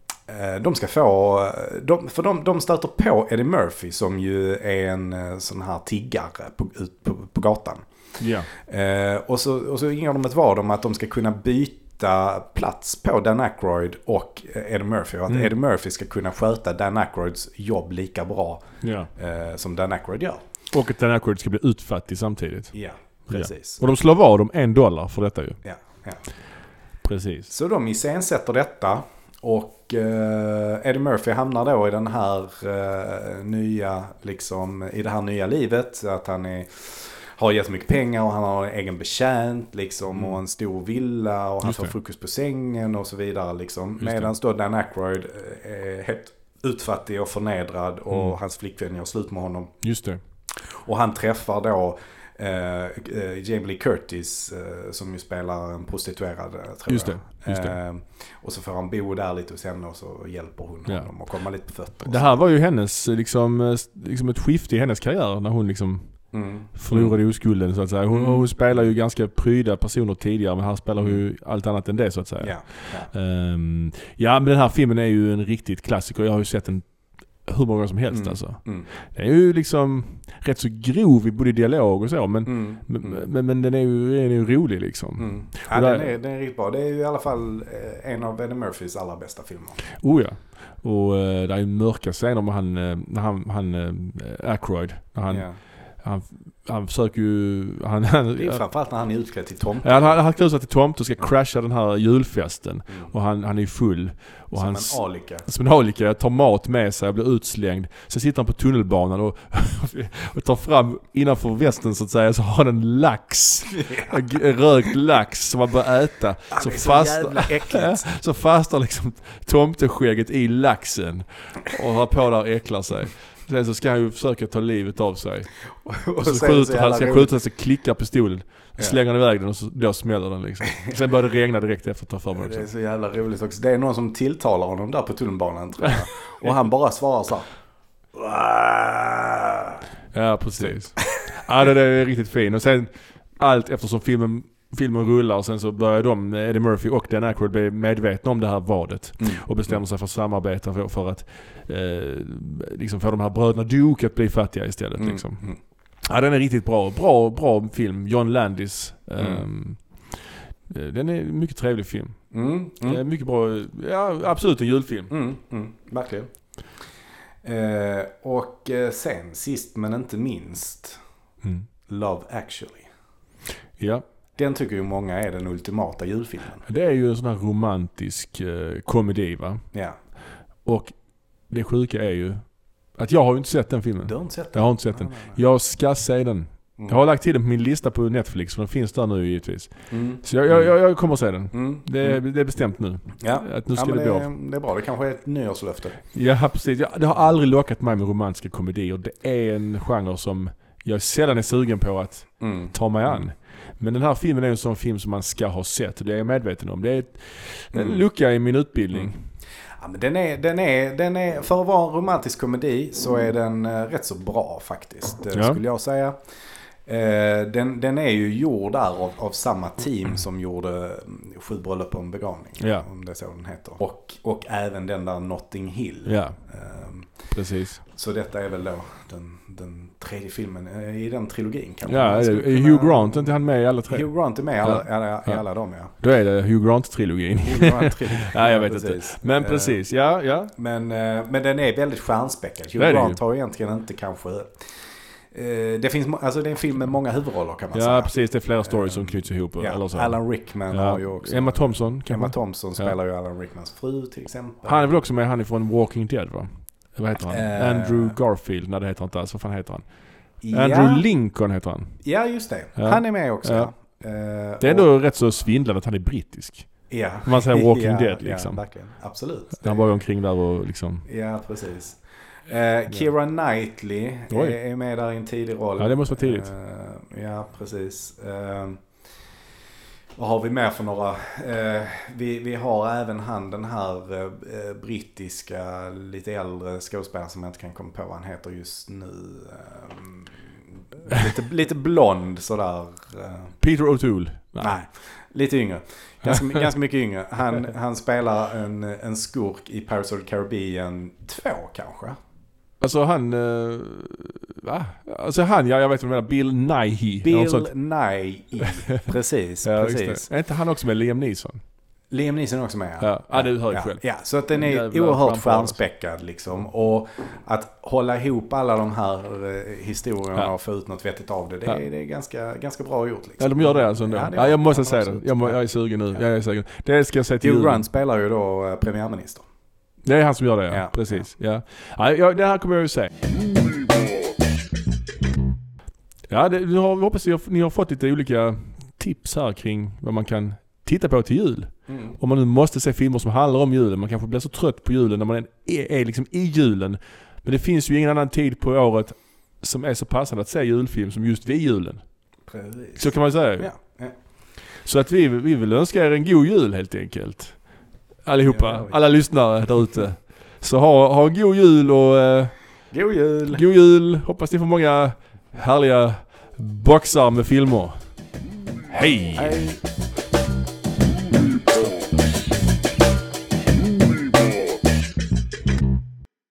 de ska få, de, för de, de stöter på Eddie Murphy som ju är en sån här tiggare på, ut på, på gatan. Yeah. Eh, och, så, och så ingår de ett vad om att de ska kunna byta plats på Dan Aykroyd och Eddie Murphy. Och att mm. Eddie Murphy ska kunna sköta Dan Aykroyds jobb lika bra yeah. eh, som Dan Aykroyd gör. Och att Dan Aykroyd ska bli utfattig samtidigt. Ja, precis. Yeah. Och de slår vad om en dollar för detta ju. Ja, ja. Precis. Så de iscensätter detta. Och eh, Eddie Murphy hamnar då i den här eh, nya, liksom, i det här nya livet. Att han är, har jättemycket pengar och han har en egen betjänt liksom, mm. och en stor villa och han får frukost på sängen och så vidare. Liksom. Medan då Dan Aykroyd är helt utfattig och förnedrad och mm. hans flickvän gör slut med honom. Just det. Och han träffar då Uh, uh, Jamie Lee Curtis uh, som ju spelar en prostituerad, tror just det, just det. Uh, och så får han bo där lite hos henne och så hjälper hon ja. honom och komma lite på fötter. Det här var ju hennes liksom, liksom ett skifte i hennes karriär när hon liksom mm. förlorade oskulden så att säga. Hon, mm. hon spelar ju ganska pryda personer tidigare, men här spelar hon ju allt annat än det så att säga. Ja, ja. Um, ja men den här filmen är ju en riktigt klassiker. Jag har ju sett den hur många som helst mm. alltså. Mm. Det är ju liksom rätt så grov i både dialog och så, men, mm. Mm. men, men den är ju, är ju rolig liksom. Mm. Ja, där, den, är, den är riktigt bra. Det är ju i alla fall en av Eddie Murphys allra bästa filmer. Oh ja. Och uh, det är ju mörka scener med han, när han, han uh, Aykroyd, när han, yeah. han han försöker ju... Han, han, det är framförallt när han är utklädd till tomte. Ja, han har klivit sig till tomte och ska crasha den här julfesten. Mm. Och han, han är full. Och som hans, en alika. Som en alika. Tar mat med sig och blir utslängd. Sen sitter han på tunnelbanan och, och tar fram innanför västen så att säga. Så har han en lax. En rökt lax som han börjar äta. Ja, så, så fast, så fastar liksom tomteskägget i laxen. Och har på där och äcklar sig. Sen så ska han ju försöka ta livet av sig. Och, och så skjuter han, ska skjuta sig, klickar pistolen, ja. Slänger han iväg den och så, då smäller den liksom. Sen börjar det regna direkt efter att ta för mig också. Det är så jävla roligt också. Det är någon som tilltalar honom där på tunnelbanan, tror jag. Och han bara svarar så här. Ja, precis. Ja, det är riktigt fint. Och sen allt eftersom filmen filmen rullar och sen så börjar de, Eddie Murphy och Dan Aykroyd, bli medvetna om det här vadet mm. och bestämmer sig för att samarbeta för, för att eh, liksom få de här bröderna Duke att bli fattiga istället. Mm. Liksom. Mm. Ja, den är riktigt bra. Bra, bra film. John Landis. Mm. Um, den är en mycket trevlig film. Mm. Mm. Mycket bra. Ja, absolut en julfilm. Mm. Mm. Verkligen. Eh, och eh, sen, sist men inte minst, mm. Love Actually. Ja. Den tycker ju många är den ultimata julfilmen. Det är ju en sån här romantisk eh, komedi, va? Ja. Och det sjuka är ju att jag har ju inte sett den filmen. Du har inte sett den? Jag har inte sett den. Nej, nej, nej. Jag ska se den. Mm. Jag har lagt till den på min lista på Netflix, för den finns där nu givetvis. Mm. Så jag, jag, jag kommer att se den. Mm. Det, är, det är bestämt nu. Ja, att nu ska ja, det, det, bli är, det är bra. Det kanske är ett nyårslöfte. Ja, precis. Jag, det har aldrig lockat mig med romantiska komedier. Det är en genre som jag sällan är sugen på att mm. ta mig an. Men den här filmen är en sån film som man ska ha sett. Det är jag medveten om. Det är ett, en mm. lucka i min utbildning. Mm. Ja, men den är, den är, den är, för att vara en romantisk komedi så är den uh, rätt så bra faktiskt. Ja. Skulle jag säga. Uh, den, den är ju gjord där av, av samma team som gjorde Sju bröllop på en begravning. Ja. Om det är så den heter. Och, och även den där Notting Hill. Ja. Uh, Precis. Så detta är väl då den, den tredje filmen i den trilogin. Kan ja, är det, är Hugh Grant inte han med i alla tre? Hugh Grant är med i alla, ja. alla, ja. alla dem, ja. Då är det Hugh Grant-trilogin. Hugh Grant-trilogin. Ja, jag vet inte. Men precis, ja, ja. Men, men den är väldigt stjärnspäckad. Hugh Grant har egentligen inte kanske... Det finns, alltså det är en film med många huvudroller kan man ja, säga. Ja, precis. Det är flera stories som knyts ihop. Ja, eller så. Alan Rickman ja. har ju också... Emma Thompson. Emma Thompson spelar ja. ju Alan Rickmans fru till exempel. Han är väl också med, han är från Walking Dead, va? Vad heter han? Uh, Andrew Garfield. Nej, det heter han inte alls. Vad fan heter han? Ja. Andrew Lincoln heter han. Ja, just det. Ja. Han är med också. Ja. Uh, det är ändå och... rätt så svindlande att han är brittisk. Ja. Man säger Walking ja, Dead liksom. Ja, verkligen. Absolut. Han var ju omkring där och liksom... Ja, precis. Uh, Keira Knightley är, är med där i en tidig roll. Ja, det måste vara tidigt. Uh, ja, precis. Uh, vad har vi med för några? Uh, vi, vi har även han, den här uh, brittiska, lite äldre skådespelaren som jag inte kan komma på vad han heter just nu. Uh, lite, lite blond sådär. Uh, Peter O'Toole. Nej. nej, lite yngre. Ganska, ganska mycket yngre. Han, han spelar en, en skurk i Pirates of the Caribbean två kanske. Alltså han, uh, va? Alltså han, ja, jag vet inte vad det menar, Bill Nighy. Bill Nighy, precis. ja, precis. Är inte han också med Liam Neeson? Liam Neeson är också med. Ja, ja. ja det hör jag ja. själv. Ja, så att den är Jävlar, oerhört stjärnspäckad liksom. Och att hålla ihop alla de här uh, historierna ja. och få ut något vettigt av det, det, ja. är, det är ganska, ganska bra gjort. Liksom. Ja, de gör det alltså ändå. Ja, det ja, jag måste säga det. Jag, må, jag är sugen nu. Ja. Jag är sugen. Det ska jag säga till Hugh Grant spelar ju då uh, premiärminister. Det är han som gör det, ja. ja. Precis. Ja. Ja. Ja, det här kommer jag ju säga. Ja, det, nu har, hoppas jag ni har fått lite olika tips här kring vad man kan titta på till jul. Mm. Om man nu måste se filmer som handlar om julen. Man kanske blir så trött på julen när man är, är liksom i julen. Men det finns ju ingen annan tid på året som är så passande att se julfilm som just vid julen. Precis. Så kan man säga. Ja. Ja. Så att vi, vi vill önska er en god jul helt enkelt. Allihopa, ja, alla lyssnare där ute. Så ha, ha en god jul och... Eh, god jul! God jul! Hoppas ni får många härliga boxar med filmer. Hej! Hej.